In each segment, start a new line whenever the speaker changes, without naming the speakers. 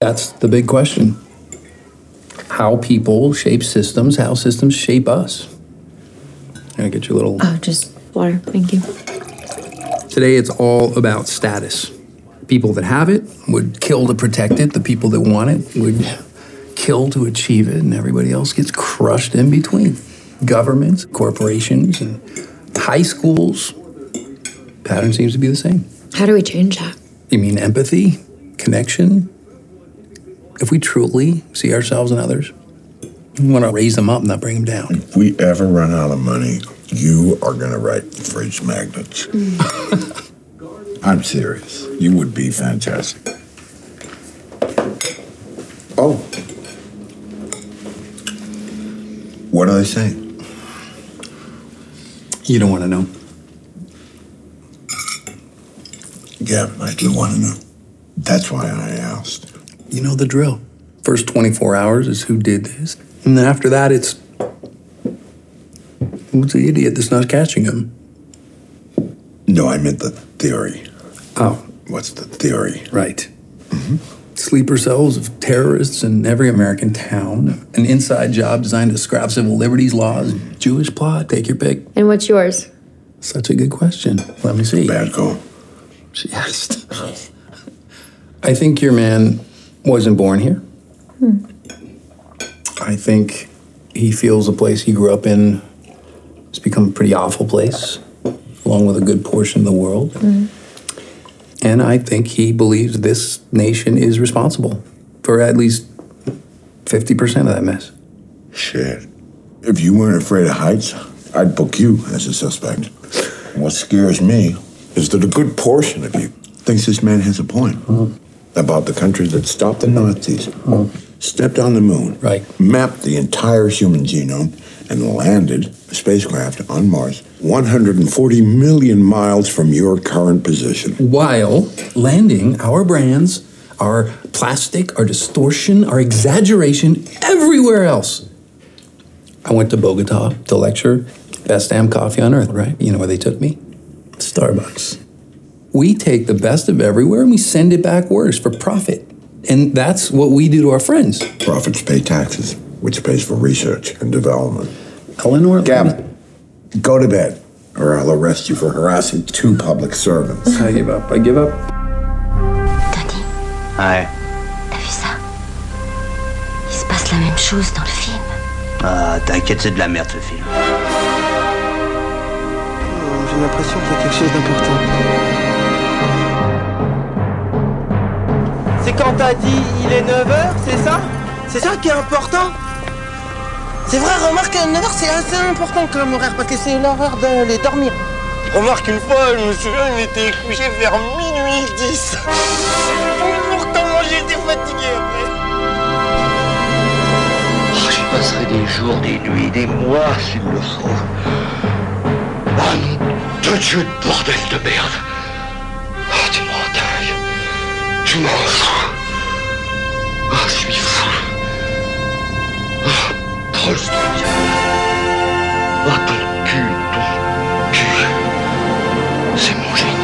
That's the big question. How people shape systems, how systems shape us. Can I get your little...
Oh, just water. Thank you.
Today, it's all about status. People that have it would kill to protect it. The people that want it would kill to achieve it. And everybody else gets crushed in between. Governments, corporations, and high schools. Pattern seems to be the same.
How do we change that?
You mean empathy? Connection? If we truly see ourselves in others, we want to raise them up, not bring them down.
If we ever run out of money, you are going to write fridge magnets. I'm serious. You would be fantastic. Oh. What are they saying?
You don't want to know.
Yeah, I do want to know. That's why I asked.
You know the drill. First 24 hours is who did this. And then after that, it's who's the idiot that's not catching him?
No, I meant the theory.
Oh.
What's the theory?
Right. Mm-hmm. Sleeper cells of terrorists in every American town. An inside job designed to scrap civil liberties laws. Jewish plot, take your pick.
And what's yours?
Such a good question. Let me see.
Bad call.
She asked. I think your man wasn't born here. I think he feels the place he grew up in has become a pretty awful place, along with a good portion of the world. And I think he believes this nation is responsible for at least 50% of that mess.
Shit. If you weren't afraid of heights, I'd book you as a suspect. What scares me is that a good portion of you thinks this man has a point about the country that stopped the Nazis, stepped on the moon, mapped the entire human genome, and landed a spacecraft on Mars 140 million miles from your current position.
While landing our brands, our plastic, our distortion, our exaggeration everywhere else. I went to Bogota to lecture. Best damn coffee on earth, right? You know where they took me? Starbucks. We take the best of everywhere and we send it back worse for profit. And that's what we do to our friends.
Profits pay taxes, which pays for research and development.
Eleanor?
Gavin, go to bed, or I'll arrest you for harassing two public servants.
I give up. I give up.
Tony.
Ouais.
T'as vu ça? Il se passe la même chose dans le film.
Ah, t'inquiète, c'est de la merde ce film.
J'ai l'impression qu'il y a quelque chose d'important. C'est quand t'as dit il est 9h, c'est ça? C'est ça qui est important? C'est vrai, remarque, 9h c'est assez important comme horaire parce que c'est l'heure d'aller dormir. Remarque, une fois, je me souviens, il était couché vers minuit 10. Pourtant, moi j'ai été fatigué après.
Oh, j'y passerai des jours, des nuits, des mois s'il le faut. Oh nom de Dieu, de bordel de merde. Oh, tu m'en dingue. Tu m'en fous. Oh, je suis fou. Oh, Prost. Oh, ton cul. C'est mon génie.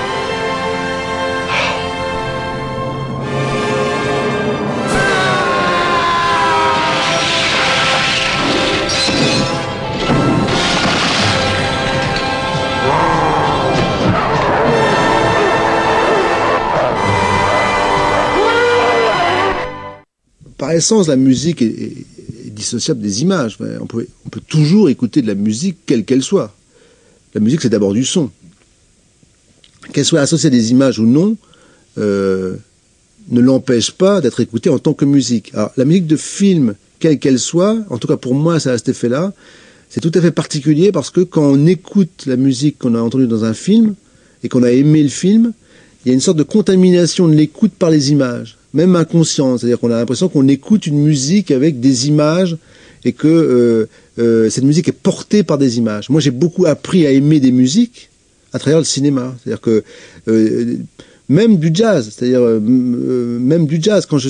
Par essence, la musique est dissociable des images. On peut toujours écouter de la musique, quelle qu'elle soit. La musique, c'est d'abord du son. Qu'elle soit associée à des images ou non, ne l'empêche pas d'être écoutée en tant que musique. Alors, la musique de film, quelle qu'elle soit, en tout cas pour moi, ça a cet effet-là, c'est tout à fait particulier parce que quand on écoute la musique qu'on a entendue dans un film et qu'on a aimé le film, il y a une sorte de contamination de l'écoute par les images, même inconsciente. C'est-à-dire qu'on a l'impression qu'on écoute une musique avec des images et que cette musique est portée par des images. Moi, j'ai beaucoup appris à aimer des musiques à travers le cinéma. C'est-à-dire que même du jazz, même du jazz, quand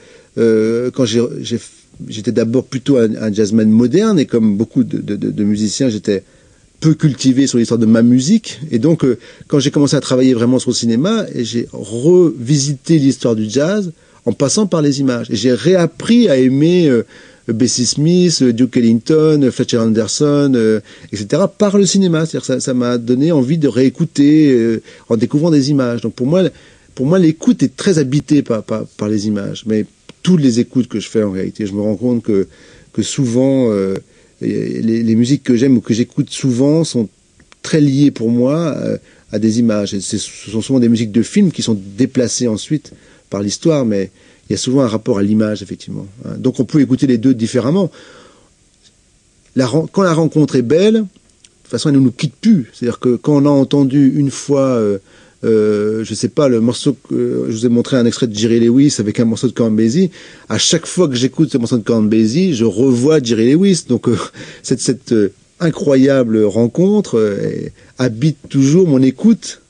j'étais d'abord plutôt un jazzman moderne et comme beaucoup de musiciens, j'étais peu cultivé sur l'histoire de ma musique. Et donc, quand j'ai commencé à travailler vraiment sur le cinéma, et j'ai revisité l'histoire du jazz, en passant par les images. Et j'ai réappris à aimer Bessie Smith, Duke Ellington, Fletcher Anderson, etc. par le cinéma. C'est-à-dire que ça m'a donné envie de réécouter en découvrant des images. Donc pour moi, l'écoute est très habitée par les images. Mais toutes les écoutes que je fais en réalité, je me rends compte que souvent les musiques que j'aime ou que j'écoute souvent sont très liées pour moi à des images. Et ce sont souvent des musiques de films qui sont déplacées ensuite par l'histoire, mais il y a souvent un rapport à l'image, effectivement. Donc on peut écouter les deux différemment. Quand la rencontre est belle, de toute façon, elle ne nous quitte plus. C'est-à-dire que quand on a entendu une fois, je sais pas, le morceau que je vous ai montré un extrait de Jerry Lewis avec un morceau de Count Basie, à chaque fois que j'écoute ce morceau de Count Basie, je revois Jerry Lewis. Donc cette incroyable rencontre habite toujours mon écoute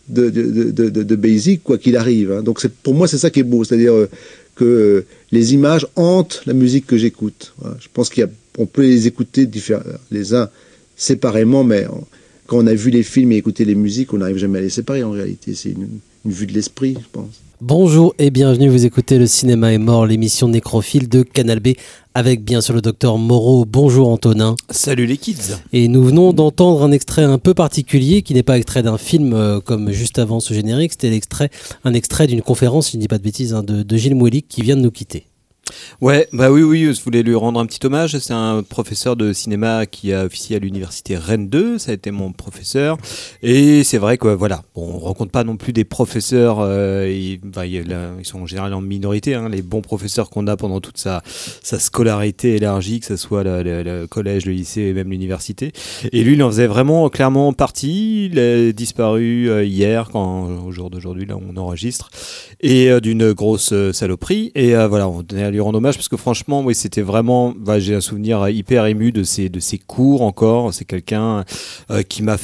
de Basie, quoi qu'il arrive. Donc pour moi, c'est ça qui est beau. C'est-à-dire que les images hantent la musique que j'écoute. Voilà. Je pense qu'on peut les écouter les uns séparément, mais quand on a vu les films et écouté les musiques, on n'arrive jamais à les séparer en réalité. C'est une vue de l'esprit, je pense.
Bonjour et bienvenue, vous écoutez Le Cinéma est mort, l'émission nécrophile de Canal B, avec bien sûr le docteur Moreau. Bonjour Antonin.
Salut les kids.
Et nous venons d'entendre un extrait un peu particulier, qui n'est pas extrait d'un film comme juste avant ce générique, c'était un extrait d'une conférence, si je ne dis pas de bêtises, de Gilles Mouelic qui vient de nous quitter.
Ouais, bah oui, je voulais lui rendre un petit hommage. C'est un professeur de cinéma qui a officié à l'université Rennes 2. Ça a été mon professeur. Et c'est vrai que voilà, on rencontre pas non plus des professeurs. Ils sont en général en minorité. Les bons professeurs qu'on a pendant toute sa scolarité élargie, que ce soit le collège, le lycée et même l'université. Et lui, il en faisait vraiment clairement partie. Il a disparu hier, au jour d'aujourd'hui, là où on enregistre, et d'une grosse saloperie. Et voilà, on tenait à lui rendre hommage parce que franchement, oui, c'était vraiment. J'ai un souvenir hyper ému de ses cours encore. C'est quelqu'un qui m'a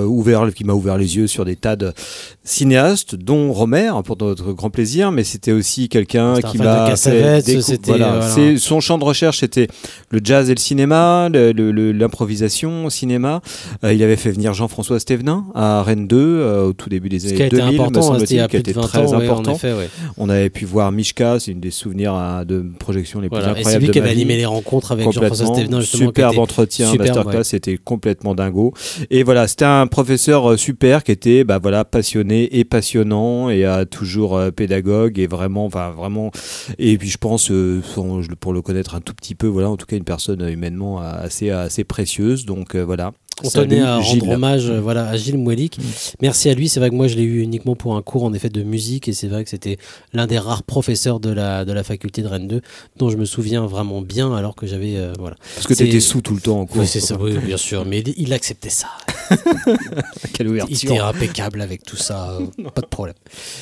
ouvert les yeux sur des tas de cinéastes, dont Romer, pour notre grand plaisir, mais c'était aussi quelqu'un qui m'a fait découvrir. Son champ de recherche, c'était le jazz et le cinéma, l'improvisation au cinéma. Il avait fait venir Jean-François Stévenin à Rennes 2 au tout début des années 2000, me semble-t-il, qui a été très important. Effet, ouais. On avait pu voir Mishka, c'est une des souvenirs de projection les plus incroyables de ma vie.
Et c'est lui qui avait animé les rencontres avec Jean-François Stévenin, justement.
Superbe entretien, masterclass, c'était complètement dingo. Et voilà, c'était un professeur super qui était passionné et passionnant et toujours pédagogue et vraiment. Et puis je pense, pour le connaître un tout petit peu, voilà, en tout cas une personne humainement assez précieuse. Donc voilà.
On tenait à rendre hommage à Gilles Mouelic. Merci à lui. C'est vrai que moi, je l'ai eu uniquement pour un cours en effet de musique, et c'est vrai que c'était l'un des rares professeurs de la faculté de Rennes 2 dont je me souviens vraiment bien, alors que j'avais
Parce que tu étais sous tout le temps en cours.
Oui, c'est ça, oui, bien sûr, mais il acceptait ça.
Quelle ouverture.
Il était impeccable avec tout ça, pas de problème.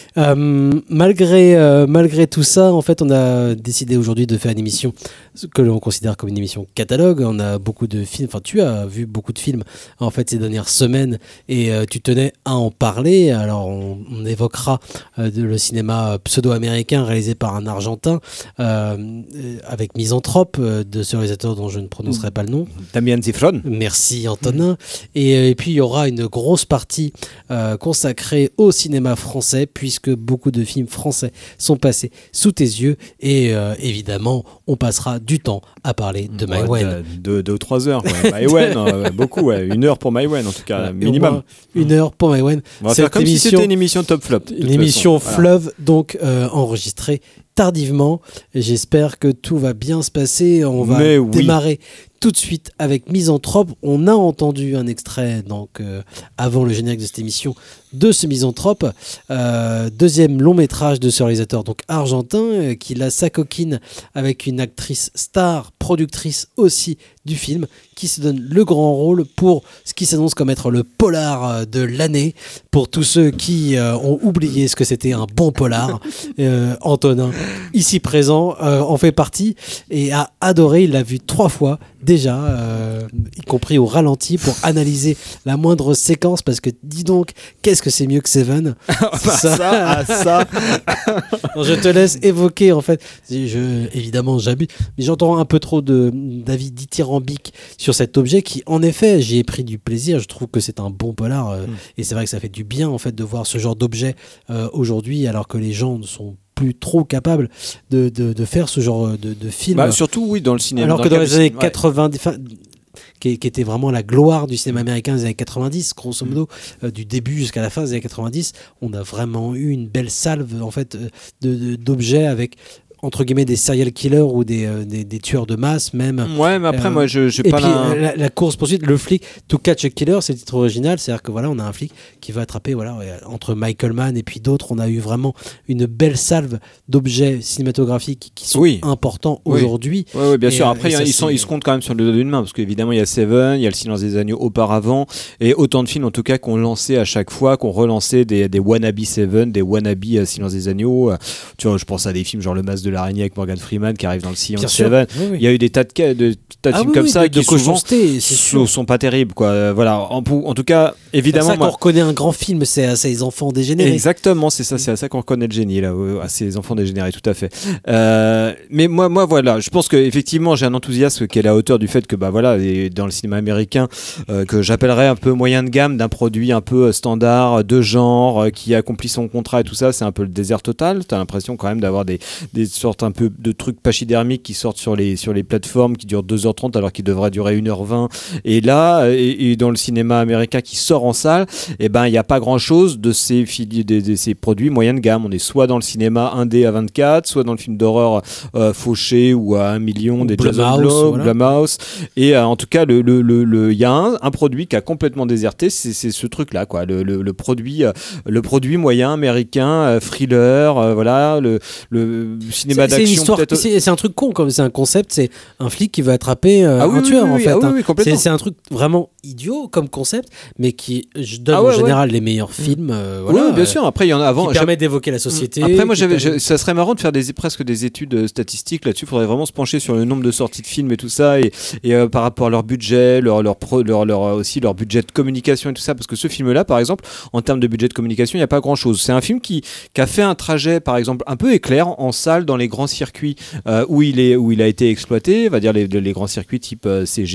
Malgré tout ça, en fait, on a décidé aujourd'hui de faire une émission que l'on considère comme une émission catalogue. On a beaucoup de films, tu as vu beaucoup de films en fait ces dernières semaines, et tu tenais à en parler. Alors on évoquera le cinéma pseudo-américain réalisé par un Argentin avec Misanthrope, de ce réalisateur dont je ne prononcerai pas le nom,
Damien Zifron.
Merci Antonin. Et puis il y aura une grosse partie consacrée au cinéma français, puisque beaucoup de films français sont passés sous tes yeux, et évidemment on passera du temps à parler de Mai Wen.
2 ou 3 heures. Mai Wen, beaucoup. 1 heure pour Mai Wen, en tout cas, minimum.
1 heure pour Mai Wen.
On va faire comme si c'était une émission top flop.
Une émission fleuve, donc enregistrée tardivement. J'espère que tout va bien se passer. On va démarrer tout de suite avec Misanthrope. On a entendu un extrait donc avant le générique de cette émission de ce Misanthrope, deuxième long métrage de ce réalisateur donc argentin, qui la s'acoquine avec une actrice star, productrice aussi du film, qui se donne le grand rôle pour ce qui s'annonce comme être le polar de l'année, pour tous ceux qui ont oublié ce que c'était un bon polar. Antonin, ici présent, en fait partie et a adoré. Il l'a vu 3 fois déjà, y compris au ralenti, pour analyser la moindre séquence, parce que dis donc, qu'est-ce que c'est mieux que Seven.
Ça.
Non, je te laisse évoquer, en fait. Évidemment, j'abuse, mais j'entends un peu trop d'avis dithyrambiques sur cet objet qui, en effet, j'y ai pris du plaisir. Je trouve que c'est un bon polar, et c'est vrai que ça fait du bien, en fait, de voir ce genre d'objet aujourd'hui, alors que les gens ne sont plus trop capable de faire ce genre de film.
Bah, surtout, oui, dans le cinéma.
Alors que dans les années 90, qui était vraiment la gloire du cinéma américain des années 90, grosso modo, du début jusqu'à la fin des années 90, on a vraiment eu une belle salve en fait d'objets avec entre guillemets des serial killers ou des tueurs de masse même.
Ouais, mais après moi je
et
pas
puis la course poursuite, le flic To Catch a Killer, c'est le titre original, c'est-à-dire que voilà, on a un flic qui va attraper entre Michael Mann et puis d'autres, on a eu vraiment une belle salve d'objets cinématographiques qui sont importants aujourd'hui.
Oui, bien sûr. Après ils se comptent quand même sur le dos d'une main parce qu'évidemment il y a Seven, il y a Le Silence des agneaux auparavant et autant de films en tout cas qu'on lançait à chaque fois, qu'on relançait des wannabe Seven, des wannabe Silence des agneaux. Tu vois, je pense à des films genre Le Masque de l'araignée avec Morgan Freeman qui arrive dans le sillon de Seven. Il y a eu des tas de films comme ça qui souvent sont pas terribles, quoi. Voilà. En tout cas, évidemment.
C'est à ça qu'on reconnaît un grand film, c'est à ces enfants dégénérés.
Exactement, c'est à ça qu'on reconnaît le génie, là, à ces enfants dégénérés, tout à fait. Mais moi, voilà, je pense qu'effectivement, j'ai un enthousiasme qui est à la hauteur du fait que, voilà, dans le cinéma américain, que j'appellerais un peu moyen de gamme d'un produit un peu standard, de genre, qui accomplit son contrat et tout ça, c'est un peu le désert total. T'as l'impression quand même d'avoir des sortes un peu de trucs pachydermiques qui sortent sur les plateformes qui durent 2h30 alors qu'ils devraient durer 1h20 et là et dans le cinéma américain qui sort en salle, il n'y a pas grand chose de ces produits moyens de gamme. On est soit dans le cinéma indé à 24, soit dans le film d'horreur fauché ou à 1 million des Jason Blum, Blumhouse, et en tout cas il y a un produit qui a complètement déserté, c'est ce truc là, quoi, le produit moyen américain, thriller, voilà, le cinéma d'action.
C'est un truc con, comme c'est un concept, c'est un flic qui va attraper un tueur en fait. C'est un truc vraiment idiot comme concept, mais qui donne en général les meilleurs films.
Voilà, bien sûr. Après, il y en a avant.
Qui permet d'évoquer la société.
Après, moi, ça serait marrant de faire presque des études statistiques là-dessus. Il faudrait vraiment se pencher sur le nombre de sorties de films et tout ça, et par rapport à leur budget, aussi leur budget de communication et tout ça, parce que ce film-là, par exemple, en termes de budget de communication, il n'y a pas grand-chose. C'est un film qui a fait un trajet, par exemple, un peu éclair en salle dans les grands circuits où il a été exploité, on va dire les grands circuits type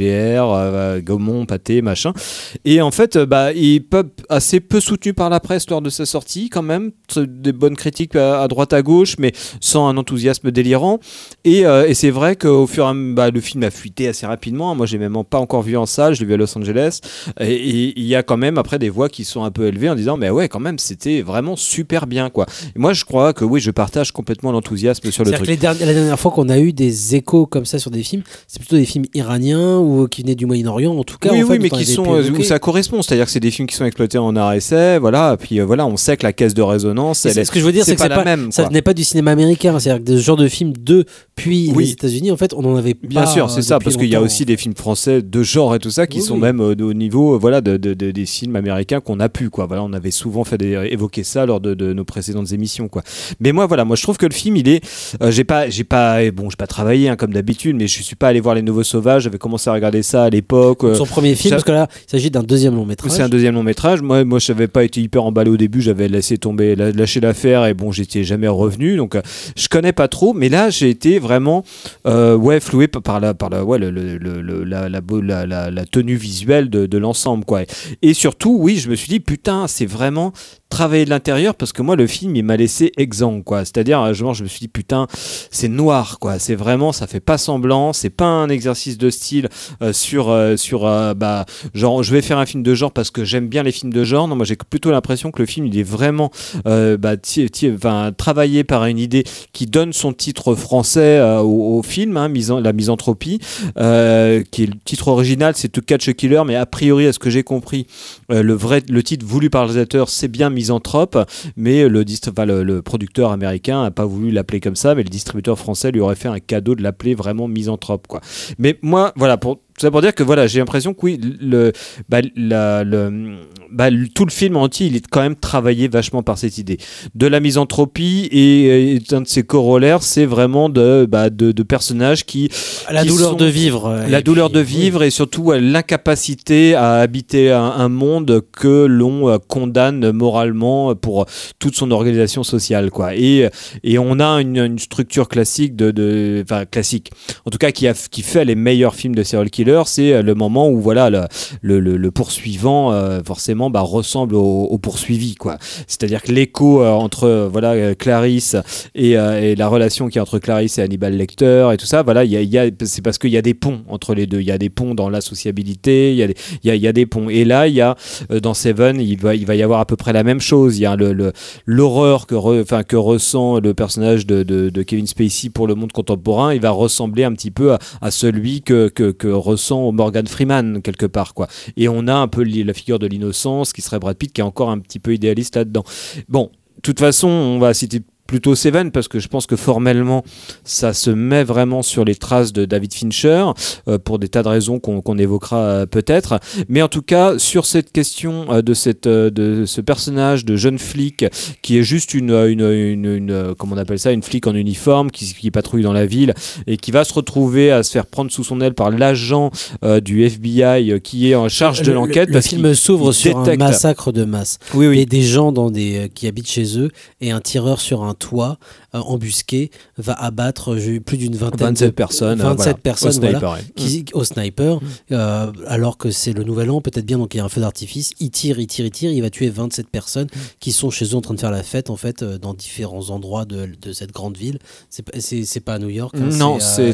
CGR, Gaumont, Pathé, machin. Et en fait, il est assez peu soutenu par la presse lors de sa sortie, quand même. Des bonnes critiques à droite à gauche, mais sans un enthousiasme délirant. Et c'est vrai qu'au fur et à mesure, le film a fuité assez rapidement. Moi, j'ai même pas encore vu en salle, je l'ai vu à Los Angeles. Et il y a quand même après des voix qui sont un peu élevées en disant, mais ouais, quand même, c'était vraiment super bien, quoi. Et moi, je crois que oui, je partage complètement l'enthousiasme sur le truc.
La dernière fois qu'on a eu des échos comme ça sur des films, c'est plutôt des films iraniens ou qui venaient du Moyen-Orient, en tout cas.
Oui, mais qui sont où ça correspond, c'est-à-dire que c'est des films qui sont exploités en art essai, voilà. Puis voilà, on sait que la caisse de résonance,
ce que je veux dire, c'est que ça venait pas du cinéma américain, c'est-à-dire que ce genre de film depuis les États-Unis, en fait, on en avait pas.
Bien sûr, c'est ça, parce qu'il y a aussi des films français de genre et tout ça qui sont même au niveau, voilà, des films américains qu'on a pu, quoi. Voilà, on avait souvent évoqué ça lors de nos précédentes émissions, quoi. Mais moi, je trouve que le film, il est, j'ai pas travaillé comme d'habitude, mais je suis pas allé voir Les Nouveaux Sauvages. J'avais commencé à regarder ça à l'époque.
Son premier film, parce que là, il s'agit d'un deuxième long métrage.
C'est un deuxième long métrage. Moi, je n'avais pas été hyper emballé au début. J'avais lâché l'affaire et j'étais jamais revenu. Donc, je connais pas trop. Mais là, j'ai été vraiment, floué par la tenue visuelle de l'ensemble, quoi. Et surtout, oui, je me suis dit, putain, c'est vraiment travailler de l'intérieur, parce que moi le film il m'a laissé exsangue, quoi. C'est-à-dire je me suis dit putain, c'est noir, quoi. C'est vraiment, ça fait pas semblant, c'est pas un exercice de style genre je vais faire un film de genre parce que j'aime bien les films de genre. Non, moi j'ai plutôt l'impression que le film il est vraiment travaillé par une idée qui donne son titre français au film, la misanthropie, qui est le titre original, c'est To Catch a Killer, mais a priori à ce que j'ai compris, le titre voulu par le réalisateur c'est bien Misanthrope, mais le producteur américain n'a pas voulu l'appeler comme ça, mais le distributeur français lui aurait fait un cadeau de l'appeler vraiment Misanthrope, quoi. Mais moi, voilà, c'est pour dire que voilà, j'ai l'impression que oui, tout le film entier, il est quand même travaillé vachement par cette idée de la misanthropie, et un de ses corollaires, c'est vraiment de personnages qui
douleur de vivre,
douleur de vivre, et surtout l'incapacité à habiter un monde que l'on condamne moralement pour toute son organisation sociale, quoi. Et on a une structure classique classique, en tout cas qui fait les meilleurs films de serial killer. thriller, c'est le moment où voilà le poursuivant forcément ressemble au poursuivi, quoi. C'est-à-dire que l'écho entre Clarisse et la relation qu'il y a entre Clarisse et Hannibal Lecter et tout ça, voilà, c'est parce qu'il y a des ponts entre les deux. Il y a des ponts dans la sociabilité, il y a des ponts. Et là, il y a dans Seven, il va y avoir à peu près la même chose. Il y a l'horreur que ressent le personnage de Kevin Spacey pour le monde contemporain. Il va ressembler un petit peu à celui que ressent Morgan Freeman quelque part, quoi. Et on a un peu la figure de l'innocence qui serait Brad Pitt, qui est encore un petit peu idéaliste là-dedans. Bon, de toute façon, on va citer plutôt Seven parce que je pense que formellement ça se met vraiment sur les traces de David Fincher pour des tas de raisons qu'on évoquera peut-être, mais en tout cas sur cette question de ce personnage de jeune flic qui est juste une comment on appelle ça, une flic en uniforme qui patrouille dans la ville et qui va se retrouver à se faire prendre sous son aile par l'agent du FBI qui est en charge de l'enquête.
Le film s'ouvre sur un massacre de masse.
Oui.
Et des gens qui habitent chez eux, et un tireur sur un toit embusqué va abattre plus d'une vingtaine
27 personnes,
personnes
au sniper,
au sniper, alors que c'est le nouvel an, peut-être bien, donc il y a un feu d'artifice, il tire, il va tuer 27 personnes qui sont chez eux en train de faire la fête en fait dans différents endroits de cette grande ville. C'est pas à New York, hein,
non, c'est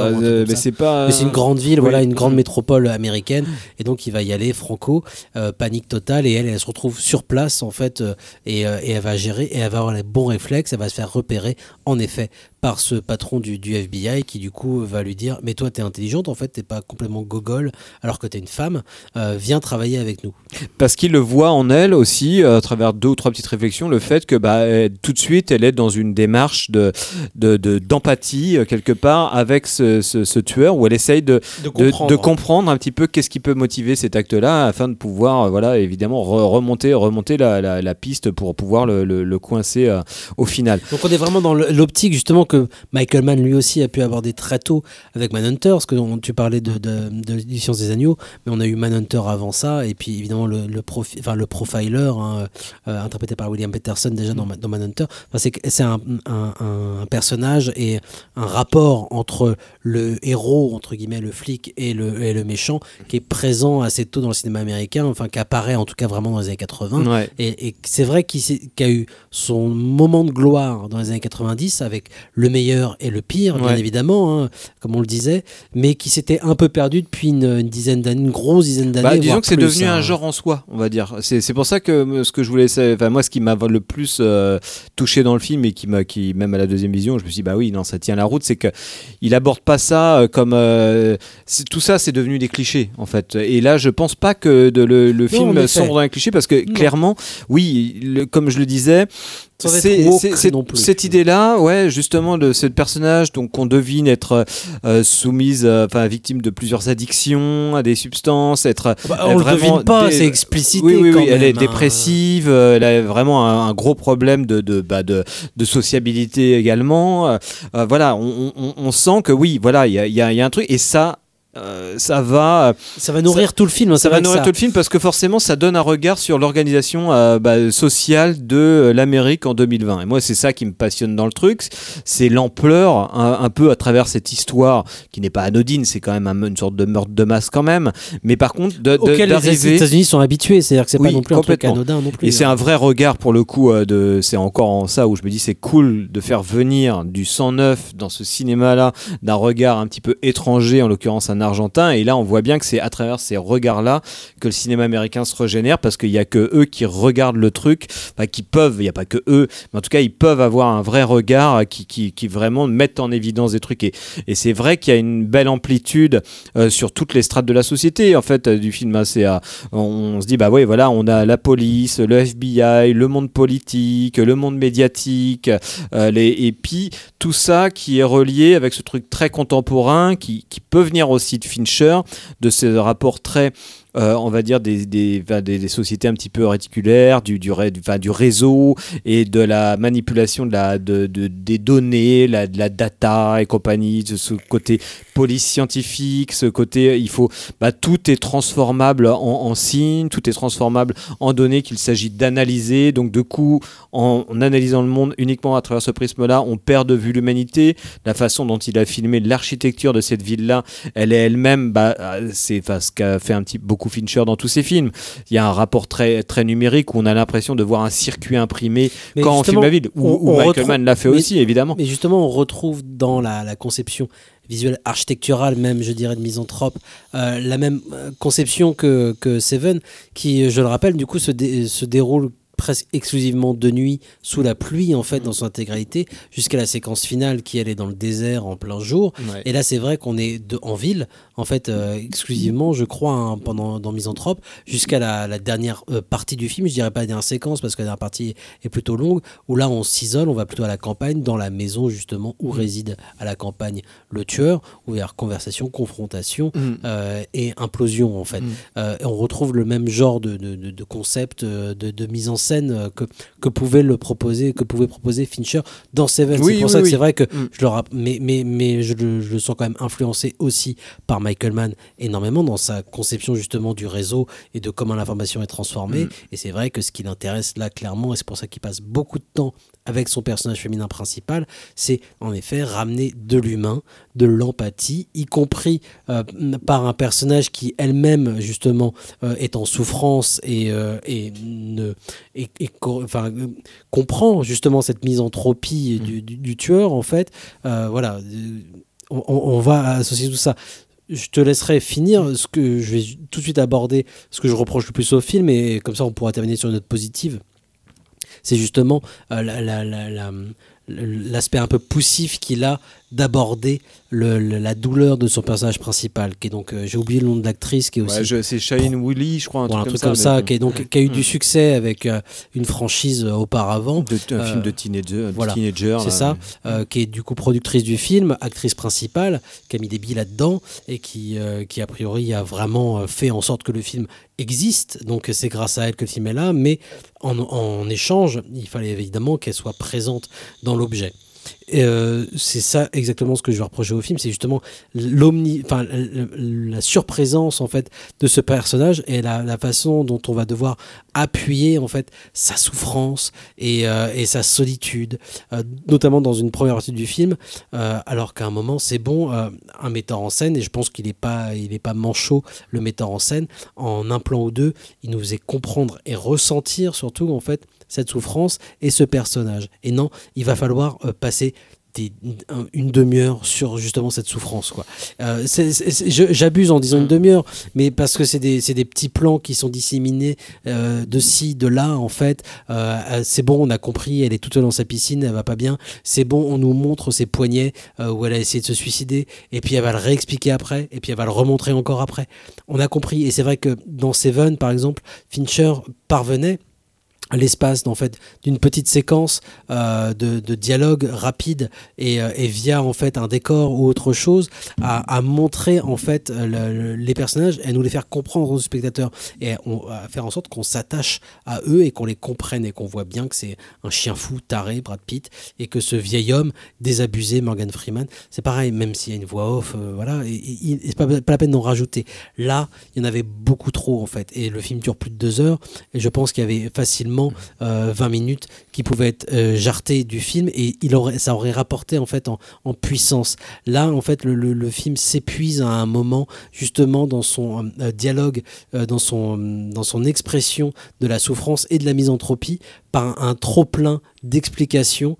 pas,
mais c'est une grande ville, voilà, une grande métropole américaine, et donc il va y aller franco, panique totale, et elle se retrouve sur place en fait, et elle va gérer, et elle va avoir les bons réflexes, elle va se faire repérer en effet par ce patron du FBI qui du coup va lui dire mais toi t'es intelligente en fait, t'es pas complètement gogol alors que t'es une femme, viens travailler avec nous.
Parce qu'il le voit en elle aussi à travers 2 ou 3 petites réflexions, le fait que tout de suite elle est dans une démarche d'empathie quelque part avec ce tueur, où elle essaye de comprendre un petit peu qu'est-ce qui peut motiver cet acte-là afin de pouvoir évidemment remonter la piste pour pouvoir le coincer au final.
Donc on est vraiment dans l'optique justement que Michael Mann lui aussi a pu aborder très tôt avec Manhunter, parce que tu parlais de Science des Agneaux, mais on a eu Manhunter avant ça, et puis évidemment le profiler interprété par William Peterson déjà dans Manhunter. Enfin, c'est un personnage et un rapport entre le héros entre guillemets, le flic, et le méchant, qui est présent assez tôt dans le cinéma américain, enfin qui apparaît en tout cas vraiment dans les années 80.
Ouais.
Et c'est vrai qu'il a eu son moment de gloire dans les années 90 avec le meilleur et le pire, bien évidemment, comme on le disait, mais qui s'était un peu perdu depuis une dizaine d'années, une grosse dizaine d'années.
Disons que c'est devenu un genre en soi, on va dire. C'est pour ça que ce que je voulais, moi, ce qui m'a le plus touché dans le film, et qui même à la deuxième vision, je me suis dit oui, non, ça tient la route, c'est que il aborde pas ça comme tout ça, c'est devenu des clichés en fait. Et là, je pense pas que le film sombre dans les clichés, parce que clairement, comme je le disais. Cette idée-là, justement, de ce personnage, donc qu'on devine être victime de plusieurs addictions à des substances,
on le devine pas, c'est explicité.
Oui,
quand même,
elle est dépressive, elle a vraiment un gros problème de sociabilité également. On sent que il y a un truc, et ça va
nourrir tout le film.
Ça va nourrir tout le film, parce que forcément ça donne un regard sur l'organisation sociale de l'Amérique en 2020. Et moi, c'est ça qui me passionne dans le truc, c'est l'ampleur un peu à travers cette histoire qui n'est pas anodine, c'est quand même une sorte de meurtre de masse quand même, mais par contre
auquel les États-Unis sont habitués, c'est-à-dire que c'est pas non plus un truc anodin non plus.
Et c'est un vrai regard pour le coup, c'est encore en ça où je me dis c'est cool de faire venir du sang neuf dans ce cinéma-là, d'un regard un petit peu étranger, en l'occurrence un argentin, et là on voit bien que c'est à travers ces regards-là que le cinéma américain se régénère, parce qu'il y a que eux qui regardent le truc, il n'y a pas que eux, mais en tout cas ils peuvent avoir un vrai regard qui vraiment mettent en évidence des trucs, et c'est vrai qu'il y a une belle amplitude sur toutes les strates de la société en fait du film. On se dit on a la police, le FBI, le monde politique, le monde médiatique, et puis tout ça qui est relié avec ce truc très contemporain qui peut venir aussi de Fincher, de ces rapports très on va dire des sociétés un petit peu réticulaires, du réseau, et de la manipulation des données, de la data et compagnie, de ce côté police scientifique, ce côté, tout est transformable en signes, tout est transformable en données qu'il s'agit d'analyser. Donc, de coup, en analysant le monde uniquement à travers ce prisme-là, on perd de vue l'humanité. La façon dont il a filmé l'architecture de cette ville-là, elle est elle-même, c'est ce qu'a fait beaucoup Fincher dans tous ses films. Il y a un rapport très, très numérique où on a l'impression de voir un circuit imprimé quand on filme la ville. Où Michael Mann l'a fait aussi, évidemment.
Mais justement, on retrouve dans la conception visuelle, architecturale même, je dirais, de Misanthrope, la même conception que Seven, qui, je le rappelle, du coup, se déroule presque exclusivement de nuit, sous la pluie, en fait, dans son intégralité, jusqu'à la séquence finale qui, elle, est dans le désert en plein jour. Ouais. Et là, c'est vrai qu'on est en ville, en fait, exclusivement, je crois, dans Misanthrope, jusqu'à la dernière partie du film. Je dirais pas la dernière séquence, parce que la dernière partie est plutôt longue, où là, on s'isole, on va plutôt à la campagne, dans la maison, justement, où réside à la campagne le tueur, où il y a conversation, confrontation et implosion, en fait. Et on retrouve le même genre de concept, de mise en scène que pouvait proposer Fincher dans Seven. C'est pour ça que c'est vrai que mais je le sens quand même influencé aussi par Michael Mann énormément dans sa conception justement du réseau et de comment l'information est transformée. Et c'est vrai que ce qui l'intéresse là clairement, et c'est pour ça qu'il passe beaucoup de temps avec son personnage féminin principal, c'est en effet ramener de l'humain, de l'empathie, y compris par un personnage qui elle-même justement est en souffrance et comprend justement cette misanthropie du tueur, en fait. Voilà, on va associer tout ça. Je te laisserai finir, ce que je vais tout de suite aborder, ce que je reproche le plus au film, et comme ça on pourra terminer sur une note positive. C'est justement l'aspect un peu poussif qu'il a d'aborder la douleur de son personnage principal, qui est donc, j'ai oublié le nom de l'actrice, qui est aussi...
c'est Shailene Woodley, je crois,
un truc comme ça, qui a eu du succès avec une franchise auparavant.
Un film de teenager,
c'est ça, qui est du coup productrice du film, actrice principale, qui a mis des billes là-dedans, et qui a priori a vraiment fait en sorte que le film existe, donc c'est grâce à elle que le film est là, mais en échange, il fallait évidemment qu'elle soit présente dans l'objet. C'est ça exactement ce que je vais reprocher au film, c'est justement la surprésence en fait de ce personnage et la façon dont on va devoir appuyer en fait sa souffrance et sa solitude, notamment dans une première partie du film, alors qu'à un moment c'est bon, un metteur en scène, et je pense qu'il est pas manchot, le metteur en scène, en un plan ou deux, il nous faisait comprendre et ressentir surtout en fait cette souffrance et ce personnage. Et non, il va falloir passer une demi-heure sur justement cette souffrance, quoi. J'abuse en disant une demi-heure, mais parce que c'est des petits plans qui sont disséminés de ci, de là, en fait. C'est bon, on a compris, elle est toute seule dans sa piscine, elle va pas bien. C'est bon, on nous montre ses poignets où elle a essayé de se suicider, et puis elle va le réexpliquer après, et puis elle va le remontrer encore après. On a compris, et c'est vrai que dans Seven, par exemple, Fincher parvenait à l'espace en fait d'une petite séquence de dialogue rapide et via en fait un décor ou autre chose à montrer en fait les personnages et à nous les faire comprendre aux spectateurs et à faire en sorte qu'on s'attache à eux et qu'on les comprenne et qu'on voit bien que c'est un chien fou taré Brad Pitt et que ce vieil homme désabusé Morgan Freeman, c'est pareil, même s'il y a une voix off, voilà, et c'est pas la peine d'en rajouter. Là il y en avait beaucoup trop en fait, et le film dure plus de 2 heures et je pense qu'il y avait facilement 20 minutes qui pouvaient être jartées du film, et ça aurait rapporté en fait en puissance. Là en fait le film s'épuise à un moment justement dans son dialogue, dans son expression de la souffrance et de la misanthropie, par un trop-plein d'explications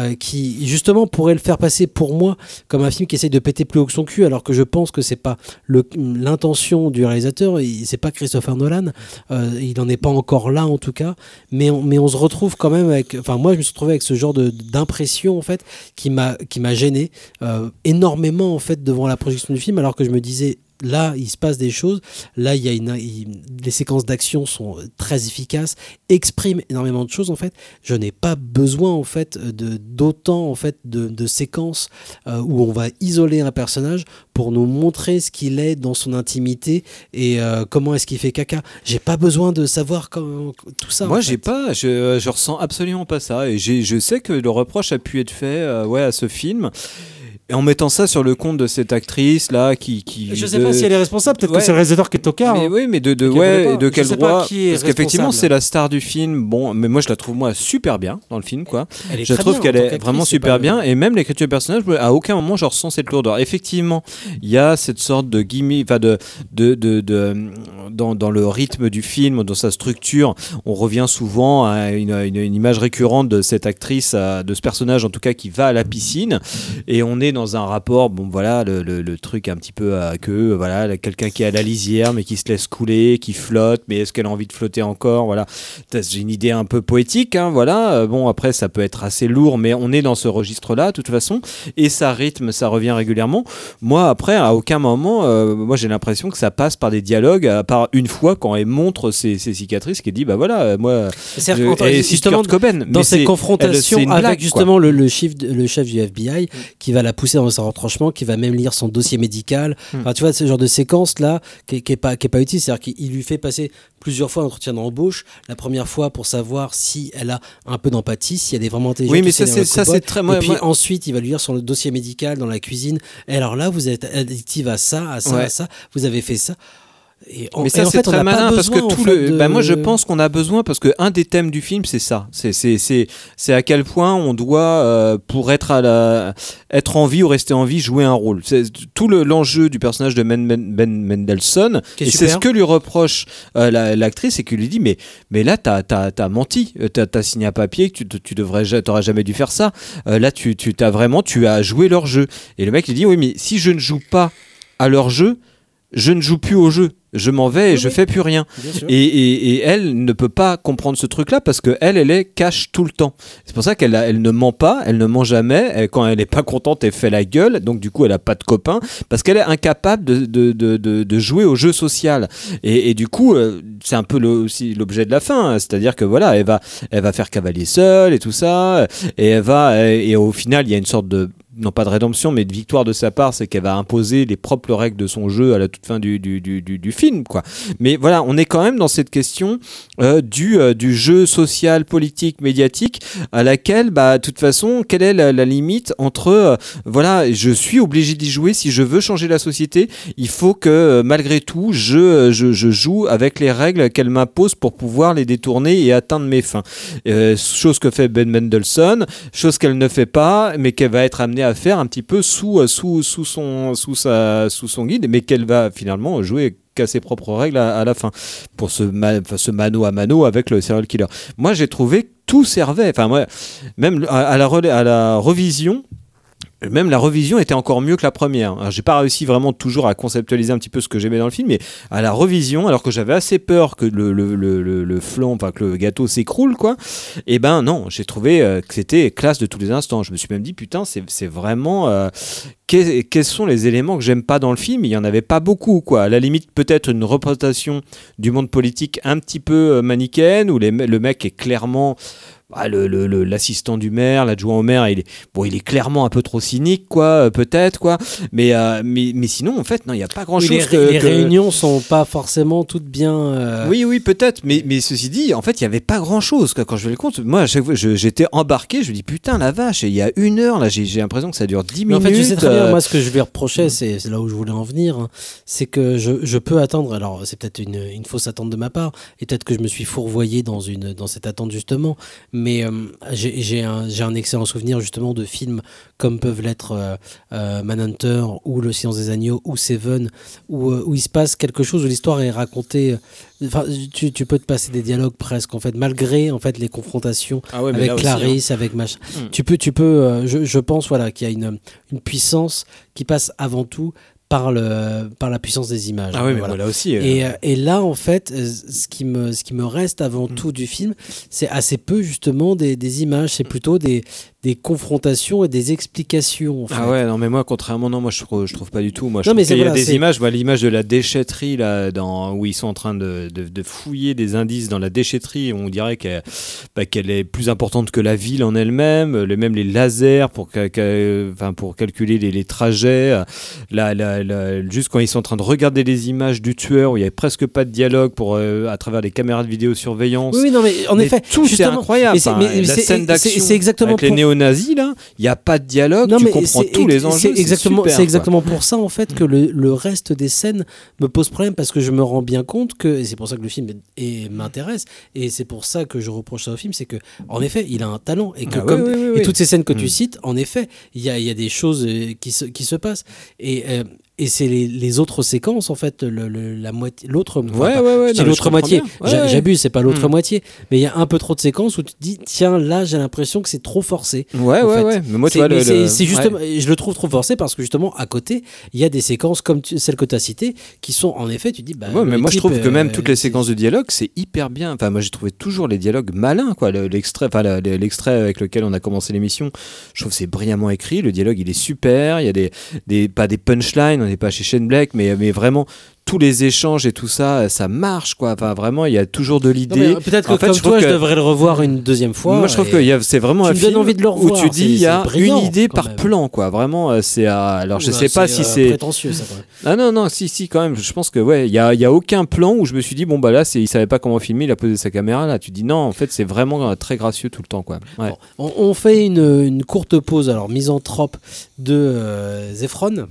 qui justement pourrait le faire passer pour moi comme un film qui essaye de péter plus haut que son cul, alors que je pense que c'est pas l'intention du réalisateur, c'est pas Christopher Nolan, il en est pas encore là en tout cas, mais on se retrouve quand même avec, enfin moi je me suis retrouvé avec ce genre d'impression en fait qui m'a gêné énormément en fait devant la projection du film, alors que je me disais là il se passe des choses, là les séquences d'action sont très efficaces, expriment énormément de choses en fait. Je n'ai pas besoin en fait d'autant en fait de séquences où on va isoler un personnage pour nous montrer ce qu'il est dans son intimité et comment est-ce qu'il fait caca. J'ai pas besoin de savoir tout ça.
Moi je ressens absolument pas ça, et je sais que le reproche a pu être fait à ce film. Et en mettant ça sur le compte de cette actrice là qui
je sais pas si elle est responsable, peut-être que c'est le réalisateur qui est tocard.
Mais oui, mais de quel droit? Parce qu'effectivement c'est la star du film. Bon, mais moi je la trouve super bien dans le film quoi. Je trouve qu'elle est vraiment super bien et même l'écriture du personnage, à aucun moment je ressens cette lourdeur. Effectivement, il y a cette sorte de gimmick, enfin dans le rythme du film, dans sa structure, on revient souvent à une image récurrente de cette actrice, de ce personnage en tout cas qui va à la piscine et on est dans un rapport, bon voilà, le truc un petit peu que voilà, quelqu'un qui est à la lisière mais qui se laisse couler, qui flotte, mais est-ce qu'elle a envie de flotter encore, voilà, j'ai une idée un peu poétique, hein, voilà, bon après ça peut être assez lourd mais on est dans ce registre-là de toute façon et ça rythme, ça revient régulièrement. Moi après à aucun moment, moi j'ai l'impression que ça passe par des dialogues, à part une fois quand elle montre ses cicatrices, qui dit bah voilà moi
et justement Cobain, dans cette confrontation avec justement le chef du FBI qui va la pousser dans son retranchement, qui va même lire son dossier médical. Enfin, tu vois, ce genre de séquence là qui est pas utile, c'est-à-dire qu'il lui fait passer plusieurs fois un entretien d'embauche. La première fois pour savoir si elle a un peu d'empathie, si elle est vraiment intelligente.
Oui, mais ça c'est très.
Et puis ensuite, il va lui lire son dossier médical dans la cuisine. Et alors là, vous êtes addictive à ça, à ça. Vous avez fait ça.
Mais ça c'est très malin parce que moi je pense qu'on a besoin, parce que un des thèmes du film c'est ça, c'est à quel point on doit pour être en vie ou rester en vie jouer un rôle. C'est tout l'enjeu du personnage de Ben Mendelsohn et c'est ce que lui reproche l'actrice, c'est qu'il lui dit mais là t'as menti, t'as signé un papier que t'aurais jamais dû faire ça, là tu as joué leur jeu. Et le mec il dit oui mais si je ne joue pas à leur jeu, je ne joue plus au jeu. Je m'en vais et je fais plus rien. Et elle ne peut pas comprendre ce truc-là parce que elle est cache tout le temps. C'est pour ça qu'elle ne ment pas, elle ne ment jamais. Quand elle est pas contente, elle fait la gueule. Donc du coup, elle a pas de copains parce qu'elle est incapable de jouer au jeu social. Et du coup, c'est un peu aussi l'objet de la fin. C'est-à-dire que voilà, elle va faire cavalier seule et tout ça. Et au final, il y a une sorte de non pas de rédemption mais de victoire de sa part, c'est qu'elle va imposer les propres règles de son jeu à la toute fin du film quoi. Mais voilà, on est quand même dans cette question du jeu social, politique, médiatique, à laquelle de toute façon quelle est la limite entre voilà, je suis obligé d'y jouer, si je veux changer la société il faut que malgré tout je joue avec les règles qu'elle m'impose pour pouvoir les détourner et atteindre mes fins, chose que fait Ben Mendelsohn, chose qu'elle ne fait pas mais qu'elle va être amenée à faire un petit peu sous son guide, mais qu'elle va finalement jouer qu'à ses propres règles à la fin pour ce mano à mano avec le serial killer. Moi j'ai trouvé que tout servait, enfin moi même à la revision. Même la revision était encore mieux que la première. Alors, j'ai pas réussi vraiment toujours à conceptualiser un petit peu ce que j'aimais dans le film, mais à la revision, alors que j'avais assez peur que le flan, enfin que le gâteau s'écroule, quoi. Et ben non, j'ai trouvé que c'était classe de tous les instants. Je me suis même dit putain, c'est vraiment quels sont les éléments que j'aime pas dans le film. Il y en avait pas beaucoup, quoi. À la limite, peut-être une représentation du monde politique un petit peu manichéenne, où le mec est clairement l'assistant du maire, l'adjoint au maire, il est clairement un peu trop cynique, quoi, peut-être, quoi. Mais sinon, en fait, non, il n'y a pas grand-chose.
Les réunions sont pas forcément toutes bien.
Oui, peut-être. Mais ceci dit, en fait, il y avait pas grand-chose, quoi. Quand je fais le compte, moi, à chaque fois, j'étais embarqué. Je me dis putain, la vache. Il y a 1 heure là, j'ai l'impression que ça dure 10 minutes.
En fait, je sais très bien. Moi, ce que je lui reprochais, c'est là où je voulais en venir, hein, c'est que je peux attendre. Alors, c'est peut-être une fausse attente de ma part, et peut-être que je me suis fourvoyé dans cette attente justement. Mais j'ai un excellent souvenir justement de films comme peuvent l'être Manhunter ou Le Silence des Agneaux ou Seven, où il se passe quelque chose, où l'histoire est racontée. Enfin, tu peux te passer des dialogues presque en fait, malgré en fait les confrontations avec Clarisse, aussi, hein. Avec machin. Tu peux. Je pense voilà qu'il y a une puissance qui passe avant tout par la puissance des images.
Ah oui, mais voilà aussi.
Et là, en fait, ce qui me reste avant tout du film, c'est assez peu justement des images, c'est plutôt des confrontations et des explications. En fait.
Ah ouais, non mais moi, contrairement, moi je trouve pas du tout. Moi, je trouve qu'il y a des images, l'image de la déchetterie là, où ils sont en train de fouiller des indices dans la déchetterie, on dirait qu'elle est plus importante que la ville en elle-même, même les lasers pour calculer les trajets, juste quand ils sont en train de regarder les images du tueur, où il y avait presque pas de dialogue à travers les caméras de vidéosurveillance.
Oui, non, mais en effet,
tout est incroyable.
Mais
la scène d'action
c'est exactement
avec les néo-nazis là, il y a pas de dialogue, tu comprends tous les enjeux.
C'est exactement pour ça en fait que le reste des scènes me pose problème, parce que je me rends bien compte que, et c'est pour ça que le film m'intéresse, et c'est pour ça que je reproche ça au film, c'est que en effet il a un talent, et que toutes ces scènes que tu cites, en effet il y a des choses qui se passent, et c'est les autres séquences en fait, l'autre moitié. J'abuse, c'est pas l'autre moitié, mais il y a un peu trop de séquences où tu te dis tiens, là j'ai l'impression que c'est trop forcé.
Mais moi tu vois,
c'est justement, je le trouve trop forcé, parce que justement à côté il y a des séquences comme celles que tu as citées qui sont en effet, tu dis
mais moi je trouve que même toutes les séquences de dialogue c'est hyper bien. Enfin moi j'ai trouvé toujours les dialogues malins quoi. L'extrait avec lequel on a commencé l'émission, je trouve que c'est brillamment écrit, le dialogue il est super, il y a pas des punchlines, on n'est pas chez Shane Black, mais vraiment tous les échanges et tout ça, ça marche quoi. Enfin vraiment, il y a toujours de l'idée.
Peut-être que comme toi, je devrais le revoir une deuxième fois.
Moi, je trouve que c'est vraiment un film
envie de le revoir,
où tu dis il y a une idée par plan quoi. Vraiment, c'est alors je sais pas si c'est
prétentieux ça.
Ah non, si quand même. Je pense que il y a aucun plan où je me suis dit bon bah là il savait pas comment filmer, il a posé sa caméra là. Tu dis non, en fait c'est vraiment très gracieux tout le temps quoi. Ouais.
Bon, on fait une courte pause. Alors Misanthrope de Zefron.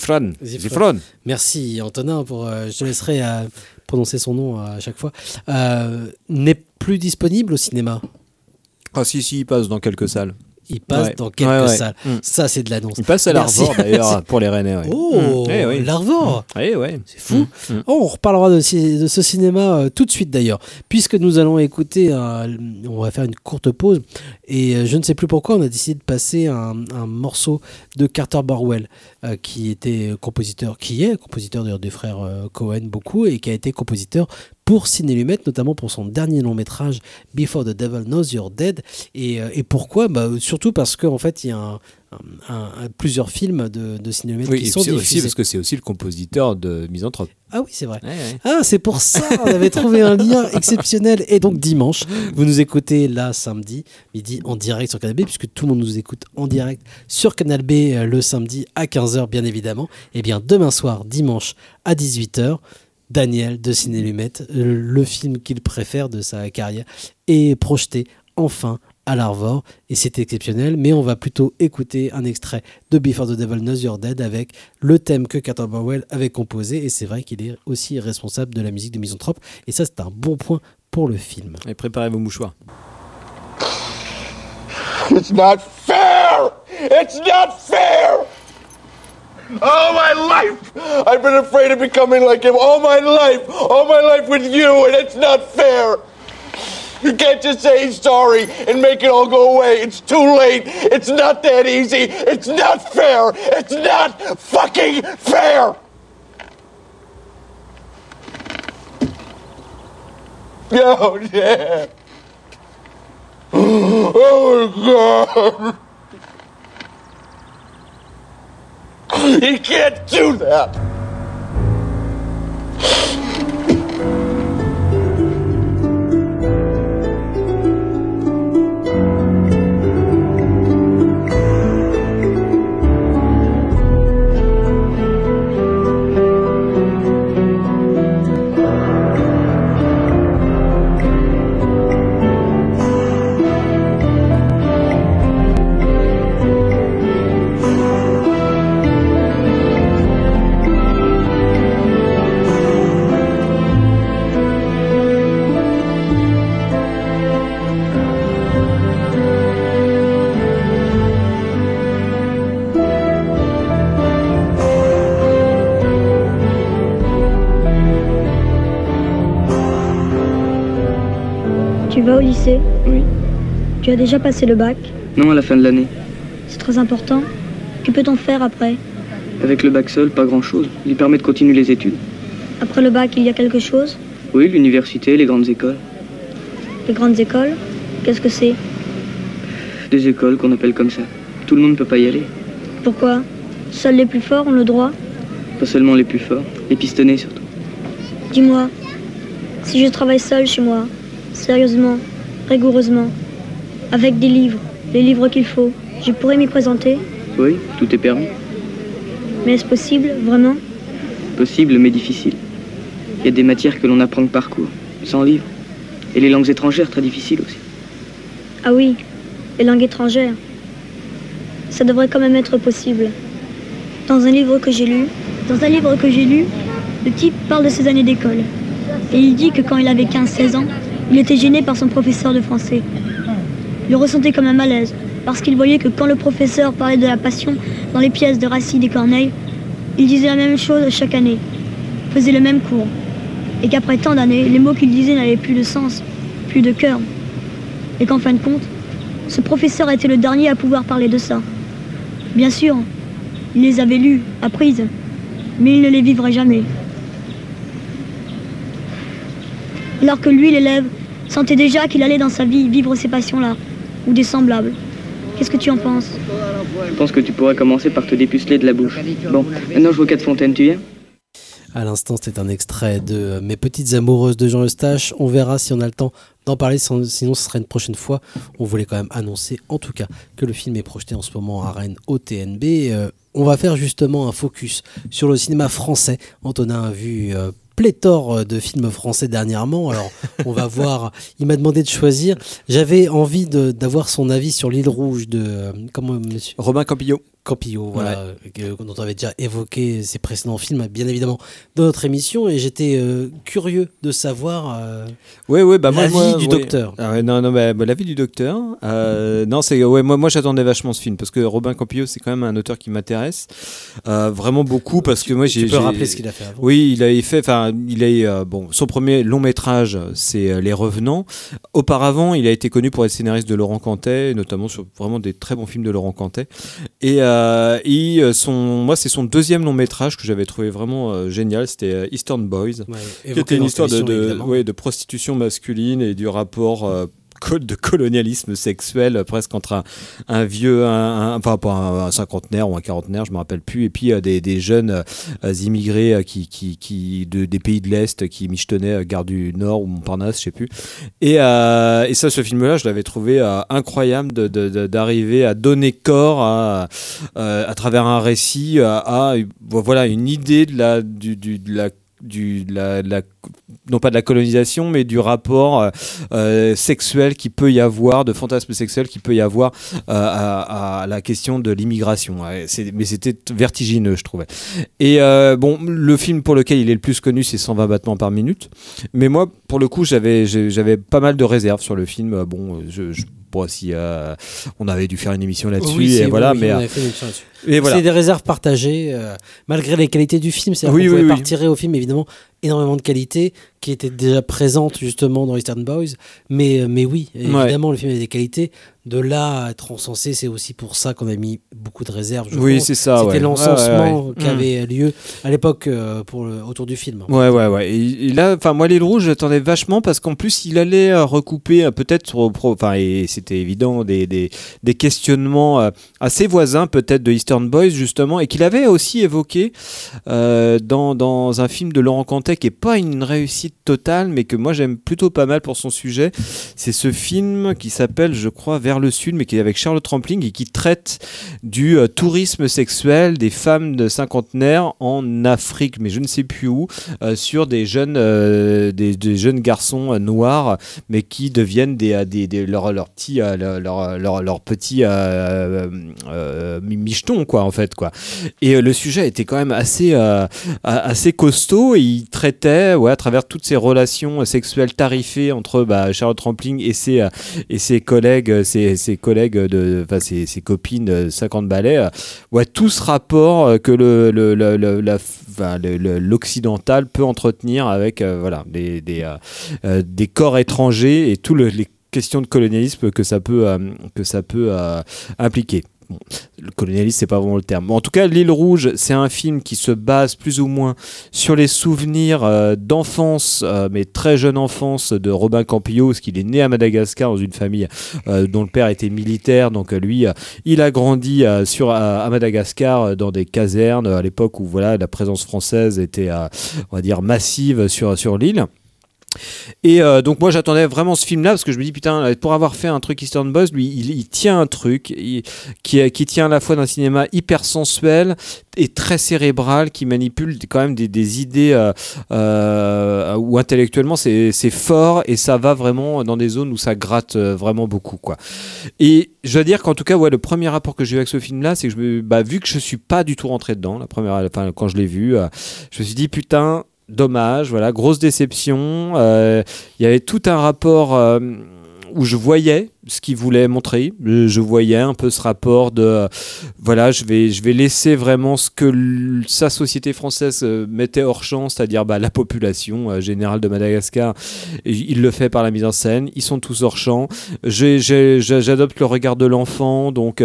Merci Antonin pour. Je te laisserai prononcer son nom à chaque fois. N'est plus disponible au cinéma.
Ah si, il passe dans quelques salles.
Il passe dans quelques salles. Ça, c'est de l'annonce.
Il passe à l'Arvor d'ailleurs pour les Rennais. Ouais.
Oh, l'Arvor.
C'est
fou. On reparlera de ce cinéma tout de suite d'ailleurs, puisque nous allons écouter. On va faire une courte pause, et je ne sais plus pourquoi on a décidé de passer un morceau de Carter Burwell, qui est compositeur d'ailleurs des frères Cohen beaucoup, et qui a été compositeur pour Ciné Lumet, notamment pour son dernier long métrage Before the Devil Knows You're Dead. Et pourquoi surtout parce qu'en fait il y a plusieurs films de Ciné Lumet qui sont diffusés.
Aussi parce que c'est aussi le compositeur de Misanthrope.
Ah oui, c'est vrai. Ah, c'est pour ça, on avait trouvé un lien exceptionnel. Et donc dimanche, vous nous écoutez là samedi midi en direct sur Canal B, puisque tout le monde nous écoute en direct sur Canal B le samedi à 15h bien évidemment. Et bien demain soir, dimanche à 18h, Daniel de Ciné Lumet, le film qu'il préfère de sa carrière, est projeté enfin à l'Arvor, et c'est exceptionnel. Mais on va plutôt écouter un extrait de Before the Devil Knows You're Dead avec le thème que Carter Burwell avait composé, et c'est vrai qu'il est aussi responsable de la musique de Misanthrope, et ça c'est un bon point pour le film.
Et préparez vos mouchoirs.
It's not fair! It's not fair! All my life, I've been afraid of becoming like him. All my life with you, and it's not fair. You can't just say sorry and make it all go away. It's too late. It's not that easy. It's not fair. It's not fucking fair. Oh, yeah. Oh, God. You can't do that!
Tu vas au lycée?
Oui.
Tu as déjà passé le bac?
Non, à la fin de l'année.
C'est très important. Que peut-on faire après?
Avec le bac seul, pas grand-chose. Il permet de continuer les études.
Après le bac, il y a quelque chose?
Oui, l'université, les grandes écoles.
Les grandes écoles? Qu'est-ce que c'est?
Des écoles qu'on appelle comme ça. Tout le monde ne peut pas y aller.
Pourquoi? Seuls les plus forts ont le droit?
Pas seulement les plus forts, les pistonnés surtout.
Dis-moi, si je travaille seul chez moi, sérieusement, rigoureusement, avec des livres, les livres qu'il faut, je pourrais m'y présenter?
Oui, tout est permis.
Mais est-ce possible, vraiment?
Possible, mais difficile. Il y a des matières que l'on apprend par cours, sans livre. Et les langues étrangères, très difficiles aussi.
Ah oui, les langues étrangères. Ça devrait quand même être possible. Dans un livre que j'ai lu, le type parle de ses années d'école. Et il dit que quand il avait 15-16 ans, il était gêné par son professeur de français. Il le ressentait comme un malaise, parce qu'il voyait que quand le professeur parlait de la passion dans les pièces de Racine et Corneille, il disait la même chose chaque année, faisait le même cours. Et qu'après tant d'années, les mots qu'il disait n'avaient plus de sens, plus de cœur. Et qu'en fin de compte, ce professeur était le dernier à pouvoir parler de ça. Bien sûr, il les avait lues, apprises, mais il ne les vivrait jamais. Alors que lui, l'élève, sentait déjà qu'il allait dans sa vie vivre ces passions-là, ou des semblables. Qu'est-ce que tu en penses?
Je pense que tu pourrais commencer par te dépuceler de la bouche. Bon, maintenant je vois Quatre Fontaines, tu viens?
À l'instant, c'était un extrait de Mes petites amoureuses de Jean Eustache. On verra si on a le temps d'en parler, sinon ce sera une prochaine fois. On voulait quand même annoncer, en tout cas, que le film est projeté en ce moment à Rennes au TNB. On va faire justement un focus sur le cinéma français. Antonin a vu pléthore de films français dernièrement. Alors, on va voir. Il m'a demandé de choisir. J'avais envie d'avoir son avis sur L'Île Rouge de comment, monsieur
Robin Campillo.
Campillo, voilà, dont on avait déjà évoqué ses précédents films, bien évidemment, dans notre émission, et j'étais curieux de savoir l'avis du docteur.
L'avis du docteur. Non, c'est moi j'attendais vachement ce film parce que Robin Campillo, c'est quand même un auteur qui m'intéresse vraiment beaucoup parce que moi
tu peux rappeler ce qu'il a fait avant.
Oui, son premier long métrage, c'est Les Revenants. Auparavant, il a été connu pour être scénariste de Laurent Cantet, notamment sur vraiment des très bons films de Laurent Cantet. Moi, c'est son deuxième long métrage que j'avais trouvé vraiment génial. C'était Eastern Boys, qui était une histoire de prostitution masculine et du rapport de colonialisme sexuel presque entre un vieux, un cinquantenaire ou un quarantenaire, je me rappelle plus, et puis des jeunes immigrés des pays de l'Est qui michetonnaient Gare du Nord ou Montparnasse, je sais plus. Et ça, ce film-là, je l'avais trouvé incroyable d'arriver à donner corps à travers un récit à une idée non pas de la colonisation, mais du rapport sexuel qui peut y avoir, de fantasme sexuel qui peut y avoir à la question de l'immigration. Mais c'était vertigineux, je trouvais. Et le film pour lequel il est le plus connu, c'est 120 battements par minute. Mais moi, pour le coup, j'avais pas mal de réserves sur le film. On avait dû faire une émission là-dessus.
Oui, on avait fait une émission là-dessus. C'est des réserves partagées, malgré les qualités du film. C'est-à-dire qu'on pouvait pas retirer au film, évidemment, énormément de qualités qui étaient déjà présentes justement dans Eastern Boys. Mais oui, évidemment, le film a des qualités. De là à être encensé, c'est aussi pour ça qu'on a mis beaucoup de réserves.
C'est ça.
C'était l'encensement qui avait lieu à l'époque autour du film.
Et là, moi, L'Île Rouge, j'attendais vachement parce qu'en plus, il allait recouper peut-être, et c'était évident, des questionnements assez voisins peut-être de Eastern Boys justement, et qu'il avait aussi évoqué dans un film de Laurent Cantet qui est pas une réussite totale, mais que moi j'aime plutôt pas mal pour son sujet. C'est ce film qui s'appelle, je crois, Vers le Sud, mais qui est avec Charlotte Rampling et qui traite du tourisme sexuel des femmes de cinquantenaires en Afrique, mais je ne sais plus où, sur des jeunes garçons noirs, mais qui deviennent leurs petits michetons, quoi, en fait, quoi. Et le sujet était quand même assez costaud, et il traitait à travers toutes ces relations sexuelles tarifées entre Charlotte Rampling et ses collègues, ses copines de 50 balais, tout ce rapport que l'occidental peut entretenir avec des corps étrangers et toutes les questions de colonialisme que ça peut impliquer. Le colonialisme, c'est pas vraiment le terme. En tout cas, L'Île Rouge, c'est un film qui se base plus ou moins sur les souvenirs d'enfance, mais très jeune enfance, de Robin Campillo, parce qu'il est né à Madagascar dans une famille dont le père était militaire. Donc lui, il a grandi à Madagascar dans des casernes à l'époque où la présence française était, on va dire, massive sur l'île. Et donc moi j'attendais vraiment ce film-là parce que je me dis putain, pour avoir fait un truc Eastern Boys, lui il tient un truc qui tient à la fois d'un cinéma hyper sensuel et très cérébral, qui manipule quand même des idées où intellectuellement c'est fort et ça va vraiment dans des zones où ça gratte vraiment beaucoup quoi. Et je dois dire qu'en tout cas le premier rapport que j'ai eu avec ce film-là, c'est que vu que je suis pas du tout rentré dedans quand je l'ai vu, je me suis dit putain, dommage, voilà, grosse déception. Il y avait tout un rapport où je voyais ce qu'il voulait montrer. Je voyais un peu ce rapport de je vais laisser vraiment ce que sa société française mettait hors champ, c'est-à-dire la population générale de Madagascar. Et il le fait par la mise en scène. Ils sont tous hors champ. J'adopte le regard de l'enfant, donc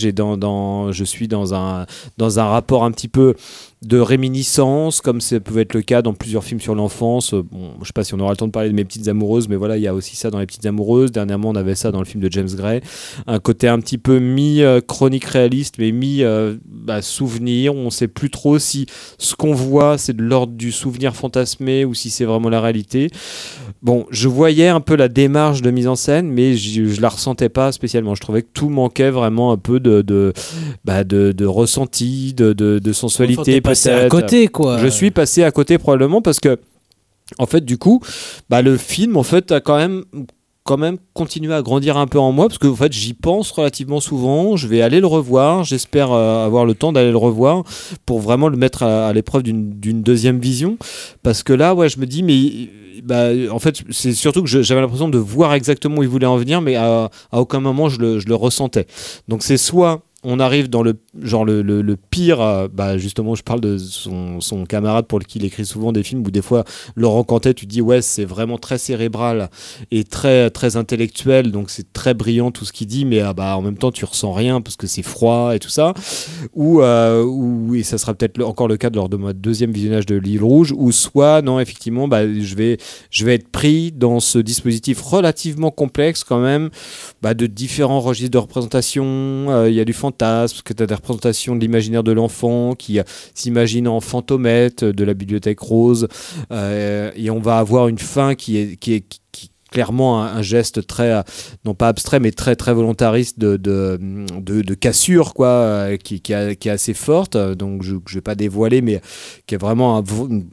je suis dans un rapport un petit peu de réminiscence, comme ça pouvait être le cas dans plusieurs films sur l'enfance. Bon, je sais pas si on aura le temps de parler de Mes Petites Amoureuses, mais voilà, il y a aussi ça dans Les Petites Amoureuses. Dernièrement, on avait ça dans le film de James Gray. Un côté un petit peu mi-chronique réaliste, mais mi-souvenir. On sait plus trop si ce qu'on voit, c'est de l'ordre du souvenir fantasmé ou si c'est vraiment la réalité. Bon, je voyais un peu la démarche de mise en scène, mais je la ressentais pas spécialement. Je trouvais que tout manquait vraiment un peu de ressenti, de sensualité.
À côté quoi.
Je suis passé à côté probablement parce que en fait du coup le film en fait a quand même continué à grandir un peu en moi parce que en fait j'y pense relativement souvent. Je vais aller le revoir, j'espère avoir le temps d'aller le revoir pour vraiment le mettre à l'épreuve d'une deuxième vision, parce que là je me dis mais en fait c'est surtout que j'avais l'impression de voir exactement où il voulait en venir, mais à aucun moment je le ressentais. Donc c'est soit on arrive dans le pire, justement je parle de son camarade pour qui il écrit souvent des films où des fois Laurent Cantet, tu dis c'est vraiment très cérébral et très, très intellectuel, donc c'est très brillant tout ce qu'il dit, mais en même temps tu ressens rien parce que c'est froid et tout ça, ou et ça sera peut-être encore le cas lors de mon deuxième visionnage de L'Île Rouge, ou soit non effectivement je vais être pris dans ce dispositif relativement complexe quand même, de différents registres de représentation. Il y a du fantasme, parce que tu as des représentations de l'imaginaire de l'enfant qui s'imagine en fantomette de la bibliothèque rose, et on va avoir une fin qui est clairement un geste très, non pas abstrait, mais très très volontariste de cassure quoi, qui est assez forte, donc je vais pas dévoiler, mais qui est vraiment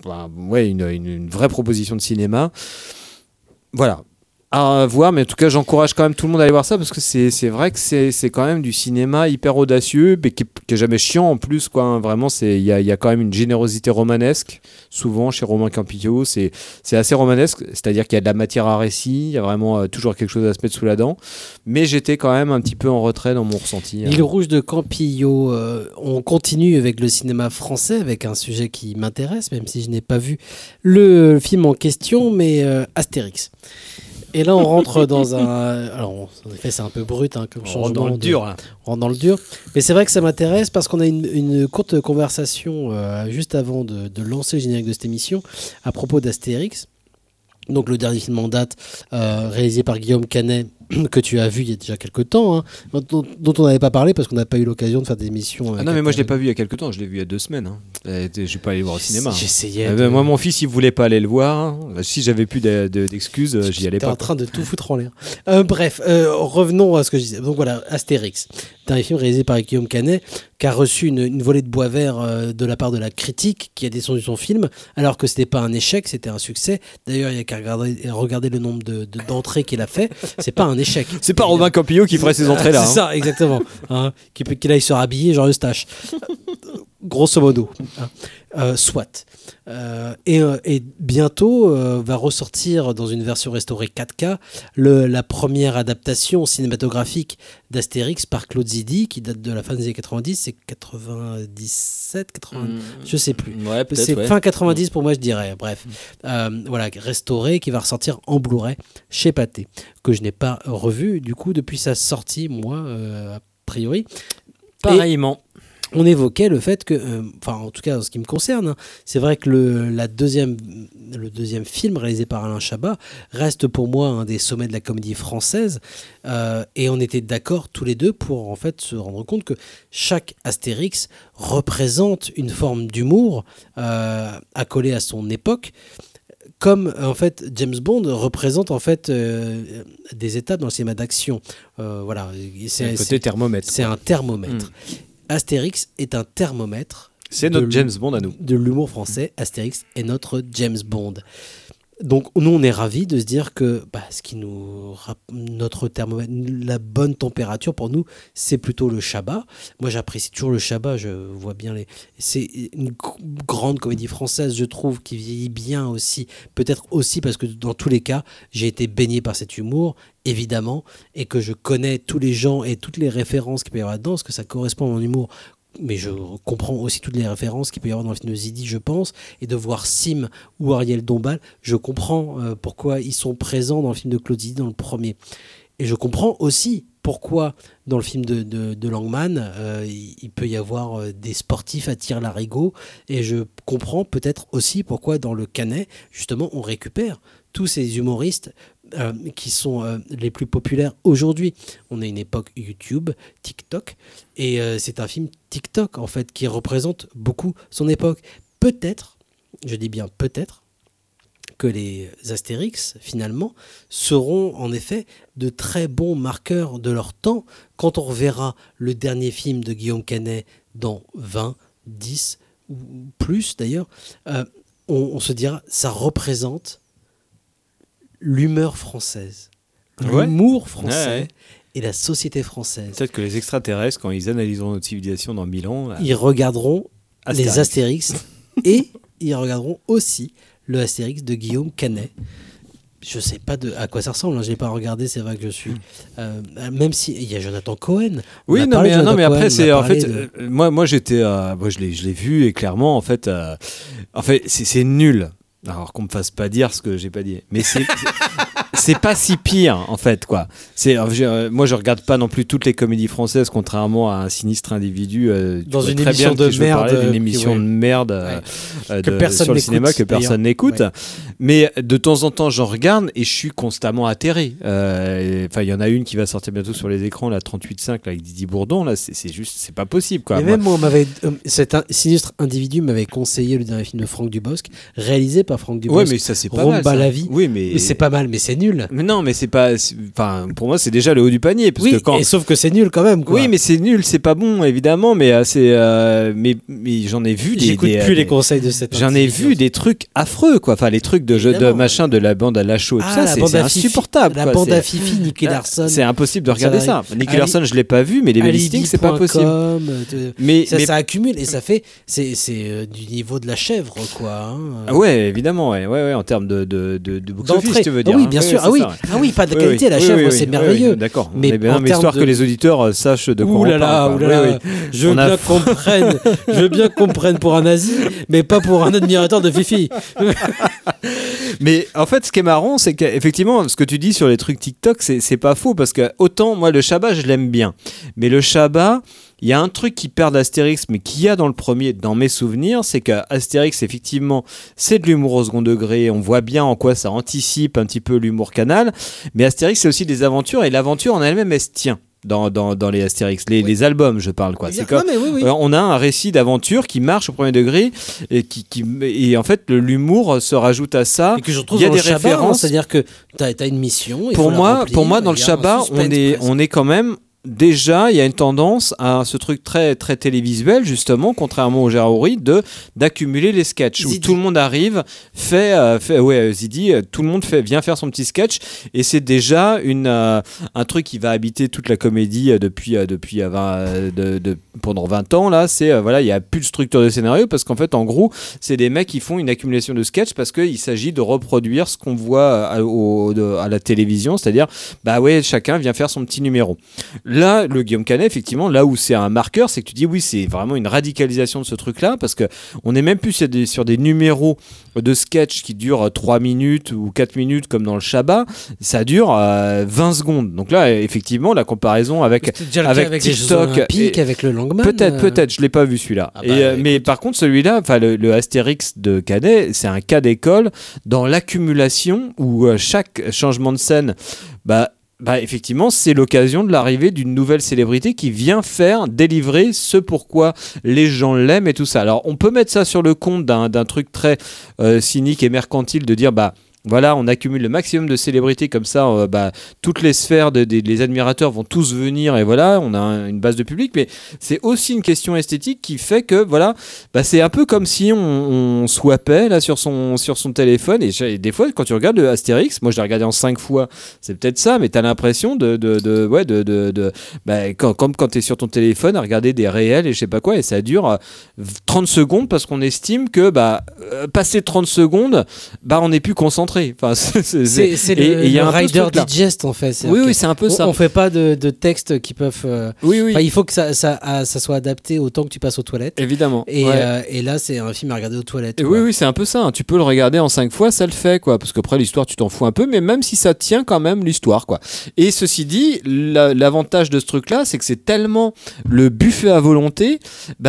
une vraie proposition de cinéma. Voilà. À voir, mais en tout cas j'encourage quand même tout le monde à aller voir ça, parce que c'est vrai que c'est quand même du cinéma hyper audacieux, mais qui est jamais chiant en plus quoi, hein. Vraiment il y a quand même une générosité romanesque souvent chez Romain Campillo, c'est assez romanesque, c'est-à-dire qu'il y a de la matière à récit, il y a vraiment toujours quelque chose à se mettre sous la dent, mais j'étais quand même un petit peu en retrait dans mon ressenti.
L'Île Rouge de Campillo, on continue avec le cinéma français, avec un sujet qui m'intéresse, même si je n'ai pas vu le film en question, mais Astérix. Et là, on rentre dans un... Alors, en effet, c'est un peu brut comme changement. On rentre dans le dur, là. On rentre dans le dur. Mais c'est vrai que ça m'intéresse parce qu'on a une courte conversation juste avant de lancer le générique de cette émission à propos d'Astérix. Donc, le dernier film en date, réalisé par Guillaume Canet, que tu as vu il y a déjà quelques temps, hein, dont on n'avait pas parlé parce qu'on n'a pas eu l'occasion de faire des émissions.
Ah non, mais moi je l'ai pas vu il y a quelques temps, je l'ai vu il y a 2 semaines. Hein. Je suis pas allé le voir au cinéma.
J'essayais.
Moi, mon fils, il voulait pas aller le voir. Si j'avais plus d'excuses, j'y allais pas.
T'es en train de tout foutre en l'air. Bref, revenons à ce que je disais. Donc voilà, Astérix, un film réalisé par Guillaume Canet, qui a reçu une volée de bois vert de la part de la critique, qui a descendu son film, alors que c'était pas un échec, c'était un succès. D'ailleurs, il y a qu'à regarder le nombre d'entrées qu'il a fait. C'est pas un échec.
C'est pas Romain Campillo qui ferait ces entrées-là.
C'est ça, exactement. Qu'il aille se rhabiller, genre Eustache. Grosso modo. Soit. Et bientôt va ressortir dans une version restaurée 4K la première adaptation cinématographique d'Astérix par Claude Zidi, qui date de la fin des années 90, c'est 97, 80, je sais plus.
Ouais,
c'est fin 90 pour moi, je dirais. Bref, voilà, restauré, qui va ressortir en Blu-ray chez Pathé, que je n'ai pas revu du coup depuis sa sortie, moi, a priori.
Pareillement.
On évoquait le fait que, en tout cas en ce qui me concerne, c'est vrai que le deuxième film réalisé par Alain Chabat reste pour moi un des sommets de la comédie française, et on était d'accord tous les deux pour en fait se rendre compte que chaque Astérix représente une forme d'humour accolée à son époque, comme en fait James Bond représente en fait des étapes dans le cinéma d'action. Voilà,
c'est un côté thermomètre.
C'est un thermomètre. Astérix est un thermomètre.
C'est notre James Bond à nous.
De l'humour français, Astérix est notre James Bond. Donc nous on est ravis de se dire que ce qui notre thermomètre, la bonne température pour nous, c'est plutôt le Chabat. Moi j'apprécie toujours le Chabat, je vois bien c'est une grande comédie française, je trouve, qui vieillit bien aussi, peut-être aussi parce que dans tous les cas j'ai été baigné par cet humour évidemment, et que je connais tous les gens et toutes les références qu'il peut y avoir là-dedans, parce que ça correspond à mon humour. Mais je comprends aussi toutes les références qu'il peut y avoir dans le film de Zidi, je pense, et de voir Sim ou Ariel Dombal, je comprends pourquoi ils sont présents dans le film de Claude Zidi, dans le premier. Et je comprends aussi pourquoi dans le film de Langman, il peut y avoir des sportifs à tir-larigot, et je comprends peut-être aussi pourquoi dans le Canet, justement, on récupère tous ces humoristes qui sont les plus populaires aujourd'hui. On a une époque YouTube, TikTok, et c'est un film TikTok en fait qui représente beaucoup son époque. Peut-être, je dis bien peut-être, que les Astérix finalement seront en effet de très bons marqueurs de leur temps quand on reverra le dernier film de Guillaume Canet dans 20, 10 ou plus d'ailleurs. On se dira, ça représente l'humeur française, l'humour français et la société française.
Peut-être que les extraterrestres, quand ils analyseront notre civilisation dans 1000 ans,
ils regarderont les Astérix et ils regarderont aussi le Astérix de Guillaume Canet. Je sais pas à quoi ça ressemble, je l'ai pas regardé, c'est vrai que je suis même si il y a Jonathan Cohen.
Oui, non mais après c'est en fait moi j'étais je l'ai vu et clairement en fait c'est nul. Alors qu'on me fasse pas dire ce que j'ai pas dit, mais c'est pas si pire en fait quoi. Moi je regarde pas non plus toutes les comédies françaises, contrairement à un sinistre individu
dans une émission de merde,
d'une émission de merde sur le cinéma que personne n'écoute. Mais de temps en temps j'en regarde et je suis constamment atterré. Enfin il y en a une qui va sortir bientôt sur les écrans, la 38.5 là, avec Didier Bourdon là, c'est pas possible quoi.
Mais même moi cet sinistre individu m'avait conseillé le dernier film de Franck Dubosc, réalisé par Franck Dubosc.
Ouais mais ça c'est pas mal.
La vie.
Oui mais
c'est pas mal, mais c'est nul.
Mais non, mais c'est pas. Enfin, pour moi, c'est déjà le haut du panier. Parce que
et sauf que c'est nul quand même. Quoi.
Oui, mais c'est nul, c'est pas bon, évidemment. Mais mais j'en ai vu
J'écoute plus les conseils de cette.
J'en ai vu des trucs affreux, quoi. Enfin, les trucs de machin de la bande à Lachaud et tout ça, c'est insupportable.
La bande à Fifi, Nicky Larson.
C'est impossible de regarder ça. Nicky Larson, je l'ai pas vu, mais les Babysitting, c'est pas possible.
Mais ça accumule et ça fait. C'est du niveau de la chèvre, quoi.
Ouais, évidemment, ouais, en termes de box-office, tu veux dire.
Oui, bien sûr. Ah oui, pas de qualité, la chèvre, c'est merveilleux.
D'accord, mais histoire que les auditeurs sachent de quoi on parle.
Je veux bien qu'on prenne pour un nazi, mais pas pour un admirateur de Fifi.
Mais en fait, ce qui est marrant, c'est qu'effectivement, ce que tu dis sur les trucs TikTok, c'est pas faux, parce que autant, moi, le Chabat, je l'aime bien. Mais le Chabat, il y a un truc qui perd d'Astérix, mais qu'il y a dans le premier, dans mes souvenirs, c'est qu'Astérix, effectivement, c'est de l'humour au second degré. On voit bien en quoi ça anticipe un petit peu l'humour Canal. Mais Astérix, c'est aussi des aventures, et l'aventure en elle-même, elle se tient. Dans les Astérix, les albums, je parle quoi. C'est comme on a un récit d'aventure qui marche au premier degré et en fait l'humour se rajoute à ça.
Et que je trouve il y a des références, c'est-à-dire que t'as une mission.
Pour moi, dans le Chabat, on est quand même. Déjà, il y a une tendance à ce truc très, très télévisuel, justement, contrairement au Gérard Houry, d'accumuler les sketchs où tout le monde arrive, Zidi, tout le monde vient faire son petit sketch, et c'est déjà un truc qui va habiter toute la comédie pendant 20 ans. Là, c'est il y a plus de structure de scénario parce qu'en fait, en gros, c'est des mecs qui font une accumulation de sketchs parce qu'il s'agit de reproduire ce qu'on voit à la télévision, c'est-à-dire, chacun vient faire son petit numéro. Là, le Guillaume Canet, effectivement, là où c'est un marqueur, c'est que tu dis oui, c'est vraiment une radicalisation de ce truc-là, parce qu'on n'est même plus sur des numéros de sketch qui durent 3 minutes ou 4 minutes comme dans le Chabat, ça dure 20 secondes. Donc là, effectivement, la comparaison avec TikTok,
avec le Langman.
Peut-être, je l'ai pas vu celui-là. Mais par contre, celui-là, le Astérix de Canet, c'est un cas d'école dans l'accumulation où chaque changement de scène, bah effectivement, c'est l'occasion de l'arrivée d'une nouvelle célébrité qui vient délivrer ce pourquoi les gens l'aiment et tout ça. Alors, on peut mettre ça sur le compte d'un truc très cynique et mercantile de dire, bah, voilà, on accumule le maximum de célébrités comme ça, toutes les sphères les admirateurs vont tous venir et voilà, on a une base de public, mais c'est aussi une question esthétique qui fait que voilà, c'est un peu comme si on swappait là sur son téléphone et des fois quand tu regardes le Astérix, moi je l'ai regardé en 5 fois, c'est peut-être ça, mais t'as l'impression comme quand t'es sur ton téléphone à regarder des réels et je sais pas quoi et ça dure 30 secondes parce qu'on estime que passé 30 secondes, on n'est plus concentré. Enfin,
c'est le Rider Digest en fait.
Oui, c'est un peu ça.
On fait pas de textes qui peuvent.
Oui.
Enfin, il faut que ça soit adapté au temps que tu passes aux toilettes.
Évidemment.
Et là, c'est un film à regarder aux toilettes.
Oui, c'est un peu ça. Tu peux le regarder en 5 fois, ça le fait, quoi. Parce qu'après, l'histoire, tu t'en fous un peu, mais même si ça tient quand même l'histoire, quoi. Et ceci dit, l'avantage de ce truc-là, c'est que c'est tellement le buffet à volonté,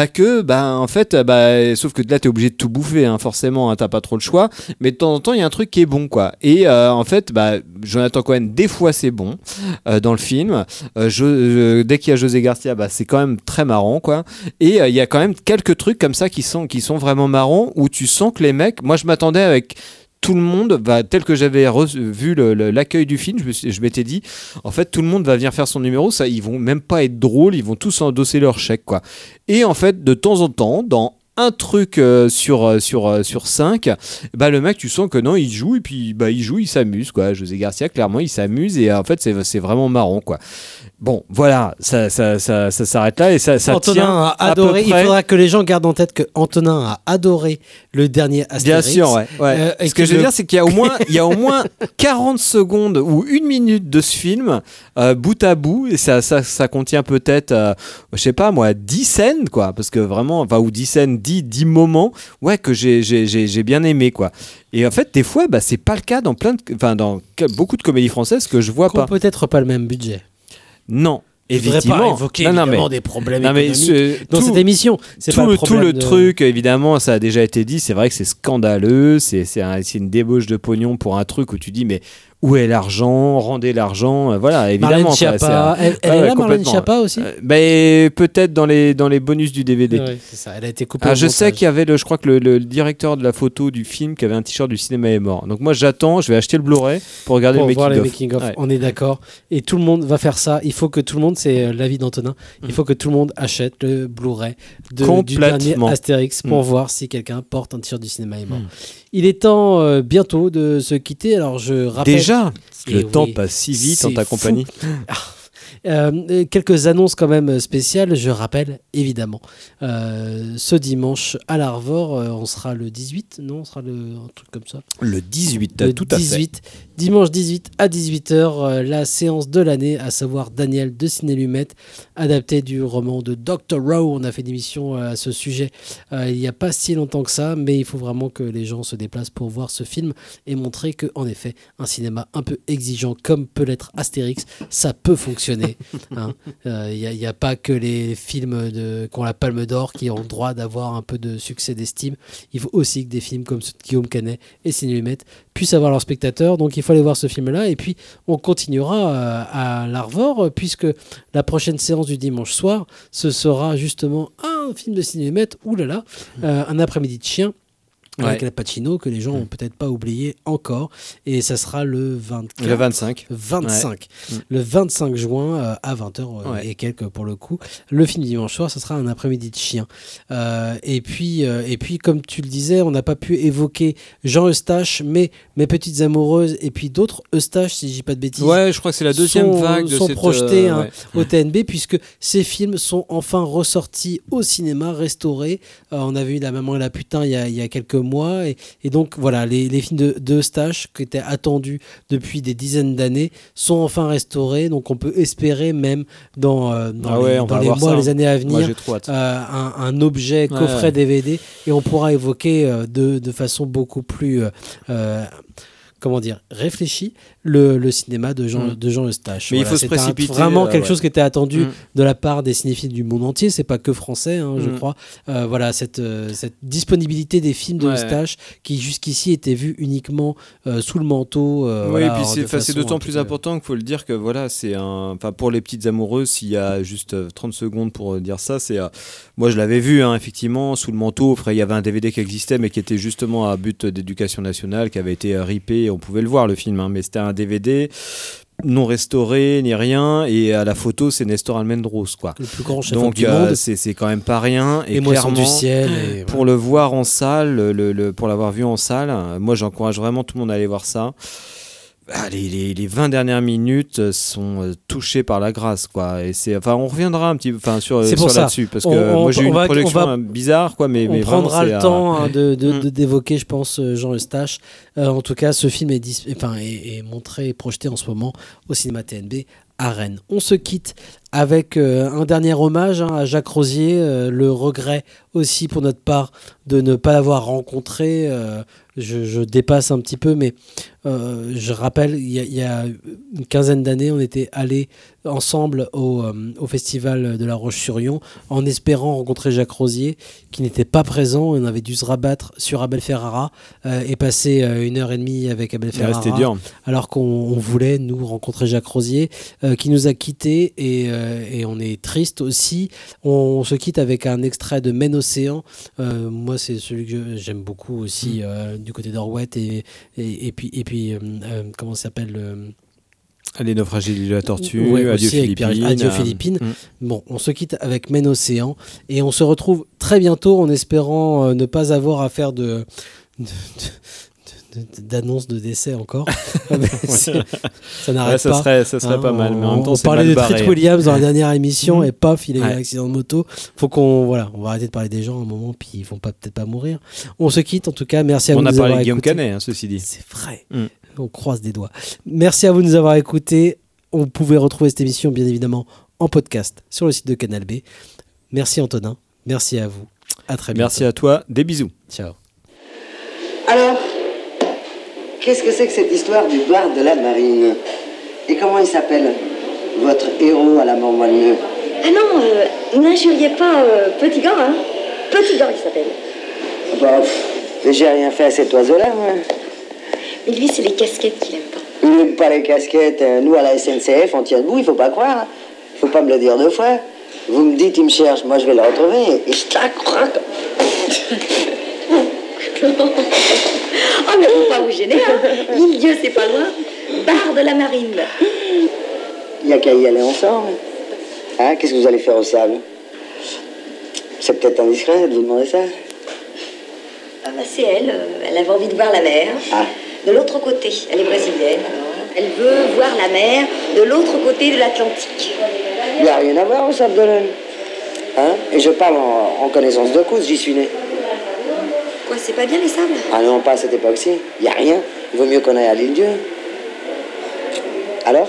en fait, sauf que là, t'es obligé de tout bouffer, hein, forcément, hein, t'as pas trop le choix. Mais de temps en temps, il y a un truc qui est bon, quoi. Et en fait, Jonathan Cohen, des fois c'est bon dans le film. Dès qu'il y a José Garcia, c'est quand même très marrant, quoi. Et il y a quand même quelques trucs comme ça qui sont vraiment marrants où tu sens que les mecs, moi je m'attendais avec tout le monde tel que j'avais vu l'accueil du film, je m'étais dit en fait tout le monde va venir faire son numéro, ça ils vont même pas être drôles, ils vont tous endosser leur chèque, quoi. Et en fait de temps en temps dans un truc sur 5, le mec tu sens que non il joue et puis il s'amuse, quoi. José Garcia clairement il s'amuse et en fait c'est vraiment marrant, quoi. Bon voilà, ça s'arrête là et ça
Antonin
tient
a adoré. Il faudra que les gens gardent en tête que Antonin a adoré le dernier Astérix.
Bien sûr, ouais. Ce que je veux dire, c'est qu'il y a au moins 40 secondes ou 1 minute de ce film bout à bout et ça contient peut-être je sais pas moi 10 scènes, quoi, parce que vraiment ou 10 scènes 10 moments que j'ai bien aimé, quoi. Et en fait des fois c'est pas le cas dans dans beaucoup de comédies françaises que je vois pas.
Peut-être pas le même budget.
Non.
Évidemment, pas évoquer des problèmes économiques dans cette émission. C'est pas
tout le truc, évidemment, ça a déjà été dit. C'est vrai que c'est scandaleux. C'est une débauche de pognon pour un truc où tu dis mais où est l'argent ? Rendez l'argent. Voilà, évidemment.
Marlène Schiappa. Elle est là, Marlène Schiappa aussi.
Peut-être dans les bonus du DVD.
Ouais, c'est ça. Elle a été coupée.
Je sais qu'il y avait je crois que le directeur de la photo du film qui avait un t-shirt du cinéma est mort. Donc moi j'attends, je vais acheter le Blu-ray pour regarder le
making-of. Ouais. On est d'accord. Et tout le monde va faire ça. Il faut que tout le monde, c'est l'avis d'Antonin, il faut que tout le monde achète le Blu-ray du dernier Astérix pour voir si quelqu'un porte un t-shirt du cinéma est mort. Il est temps bientôt de se quitter. Alors je rappelle.
Déjà, le temps passe si vite en ta compagnie.
Quelques annonces quand même spéciales, je rappelle évidemment. Ce dimanche à l'Arvor, on sera le 18, non, on sera un truc comme ça.
Le 18, tout à fait.
Dimanche 18 à 18h, la séance de l'année, à savoir Daniel de Ciné-Lumet, adapté du roman de Dr. Rowe. On a fait une émission à ce sujet il n'y a pas si longtemps que ça, mais il faut vraiment que les gens se déplacent pour voir ce film et montrer qu'en effet, un cinéma un peu exigeant comme peut l'être Astérix, ça peut fonctionner. Il n'y a pas que les films qui ont la Palme d'Or qui ont le droit d'avoir un peu de succès d'estime. Il faut aussi que des films comme ceux de Guillaume Canet et Ciné-Lumet puissent avoir leurs spectateurs. Donc il faut aller voir ce film-là. Et puis on continuera à l'Arvor, puisque la prochaine séance du dimanche soir, ce sera justement un film de Ciné-Lumet, un après-midi de chien. Avec Al Pacino, que les gens n'ont peut-être pas oublié encore. Et ça sera le 25. Le 25 juin à 20h et quelques pour le coup. Le film dimanche soir, ça sera un après-midi de chien. Et puis, comme tu le disais, on n'a pas pu évoquer Jean Eustache, mais Mes Petites Amoureuses et puis d'autres Eustache, si je dis pas de bêtises.
Ouais, je crois que c'est la deuxième vague de
sont projetés au TNB, puisque ces films sont enfin ressortis au cinéma, restaurés. On a vu La Maman et la Putain il y a quelques mois. Et donc voilà, les films de Eustache qui étaient attendus depuis des dizaines d'années sont enfin restaurés, donc on peut espérer même dans les mois, les années à venir, un objet coffret DVD, et on pourra évoquer de façon beaucoup plus réfléchi le cinéma de Jean Eustache.
Mais il faut se précipiter.
Vraiment quelque chose qui était attendu de la part des cinéphiles du monde entier. C'est pas que français, je crois. Voilà, cette disponibilité des films de Eustache qui jusqu'ici étaient vus uniquement sous le manteau.
Oui, et puis c'est d'autant plus important qu'il faut le dire que voilà, c'est pour les petites amoureuses, s'il y a juste 30 secondes pour dire ça, c'est moi je l'avais vu effectivement sous le manteau. Après, il y avait un DVD qui existait mais qui était justement à but d'éducation nationale, qui avait été ripé, et on pouvait le voir le film, mais c'était un DVD non restauré ni rien, et à la photo c'est Nestor Almendros, quoi.
Le plus grand chef du monde.
C'est quand même pas rien, et
clairement du ciel
pour le voir en salle, pour l'avoir vu en salle, moi j'encourage vraiment tout le monde à aller voir ça. Les 20 dernières minutes sont touchées par la grâce, quoi. Et on reviendra un petit peu sur là-dessus, parce que moi j'ai eu une projection bizarre, quoi, mais
on prendra
vraiment,
le temps d'évoquer, je pense, Jean Eustache. En tout cas, ce film est montré et projeté en ce moment au cinéma TNB à Rennes. On se quitte avec un dernier hommage à Jacques Rosier, le regret aussi pour notre part de ne pas l'avoir rencontré. Je dépasse un petit peu, mais je rappelle, il y a une quinzaine d'années, on était allés ensemble au festival de La Roche-sur-Yon en espérant rencontrer Jacques Rosier, qui n'était pas présent. On avait dû se rabattre sur Abel Ferrara et passer 1h30 avec Abel Ferrara, alors qu'on voulait nous rencontrer Jacques Rosier, qui nous a quittés, et on est triste aussi. On se quitte avec un extrait de Maine Océan. Moi, c'est celui que j'aime beaucoup aussi, du côté d'Orwet, et puis comment ça s'appelle
Les naufragés de l'île de la Tortue, Adieu Philippines.
Adieu Philippines. Bon, on se quitte avec Maine Océan, et on se retrouve très bientôt, en espérant ne pas avoir à faire d'annonce de décès encore. Ça n'arrête pas.
Ça serait pas mal, mais en même temps,
on parlait de
barré.
Treat Williams dans la dernière émission, et paf, il a eu un accident de moto. Faut on va arrêter de parler des gens à un moment, puis ils vont peut-être pas mourir. On se quitte, en tout cas. Merci à vous de nous avoir écoutés. On a parlé de
Guillaume Canet, ceci dit.
C'est vrai. On croise des doigts. Merci à vous de nous avoir écoutés. On pouvait retrouver cette émission, bien évidemment, en podcast sur le site de Canal B. Merci Antonin. Merci à vous. À très bientôt.
Merci à toi. Des bisous.
Ciao.
Alors, qu'est-ce que c'est que cette histoire du bar de la Marine? Et comment il s'appelle, votre héros à la mort moelleux?
Ah non, n'injuriez pas Petit Gant, hein. Petit Gant, il s'appelle.
Bah, j'ai rien fait à cet oiseau-là, moi.
Mais lui, c'est les casquettes qu'il aime pas.
Il n'aime pas les casquettes. Nous, à la SNCF, on tient debout, il faut pas croire. Il faut pas me le dire deux fois. Vous me dites, il me cherche, moi je vais le retrouver, et je t'accroque.
Oh, mais faut pas vous gêner, hein. L'île-Dieu, c'est pas loin. Bar de la Marine.
Il n'y a qu'à y aller ensemble. Hein, qu'est-ce que vous allez faire au sable? C'est peut-être indiscret de vous demander ça.
Ah bah c'est elle. Elle avait envie de voir la mer.
Ah.
De l'autre côté. Elle est brésilienne, alors. Elle veut voir la mer de l'autre côté de l'Atlantique.
Il n'y a rien à voir au Sable d'Olonne. Hein? Et je parle en connaissance de cause, j'y suis né.
Quoi, c'est pas bien les sables?
Ah non, pas à cette époque-ci. Il n'y a rien. Il vaut mieux qu'on aille à l'île-Dieu. Alors?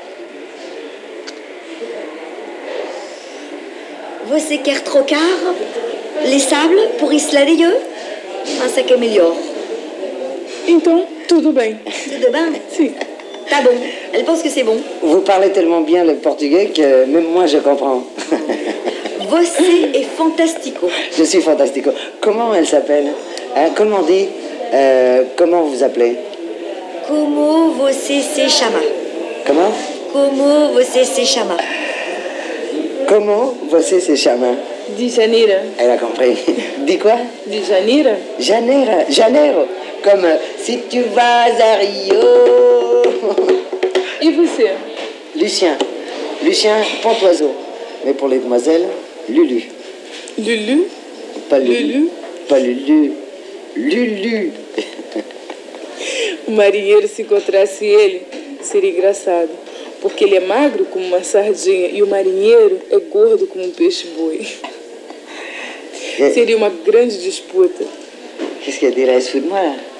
Você quer trocar les sables por Isla de Dieu? Ah, c'est que melhor.
Então, tudo bem.
Tudo bem?
Sim.
Tá bon. Elle pense que c'est bon.
Vous parlez tellement bien le portugais que même moi je comprends.
Você est fantastico.
Je suis fantastico. Comment elle s'appelle? Hein? Comment on dit? Comment vous vous appelez?
Como você se chama?
Comment?
Como você se chama?
Comment você se chama?
De Janeiro.
Elle a compris. Dis quoi?
De Janeiro.
Janeiro. Janeiro. Comme si tu vas à Rio.
Et você?
Lucien. Lucien Pontoiseau. Mais pour les demoiselles, Lulu.
Lulu?
Pas Lulu.
Lulu?
Pas Lulu. Lulu.
O marinheiro, se encontrasse ele, seria engraçado. Porque ele é magro como uma sardinha e o marinheiro é gordo como um peixe-boi. Seria uma grande disputa.
Qu'est-ce qu'elle dirait? Elle se fout de moi, là?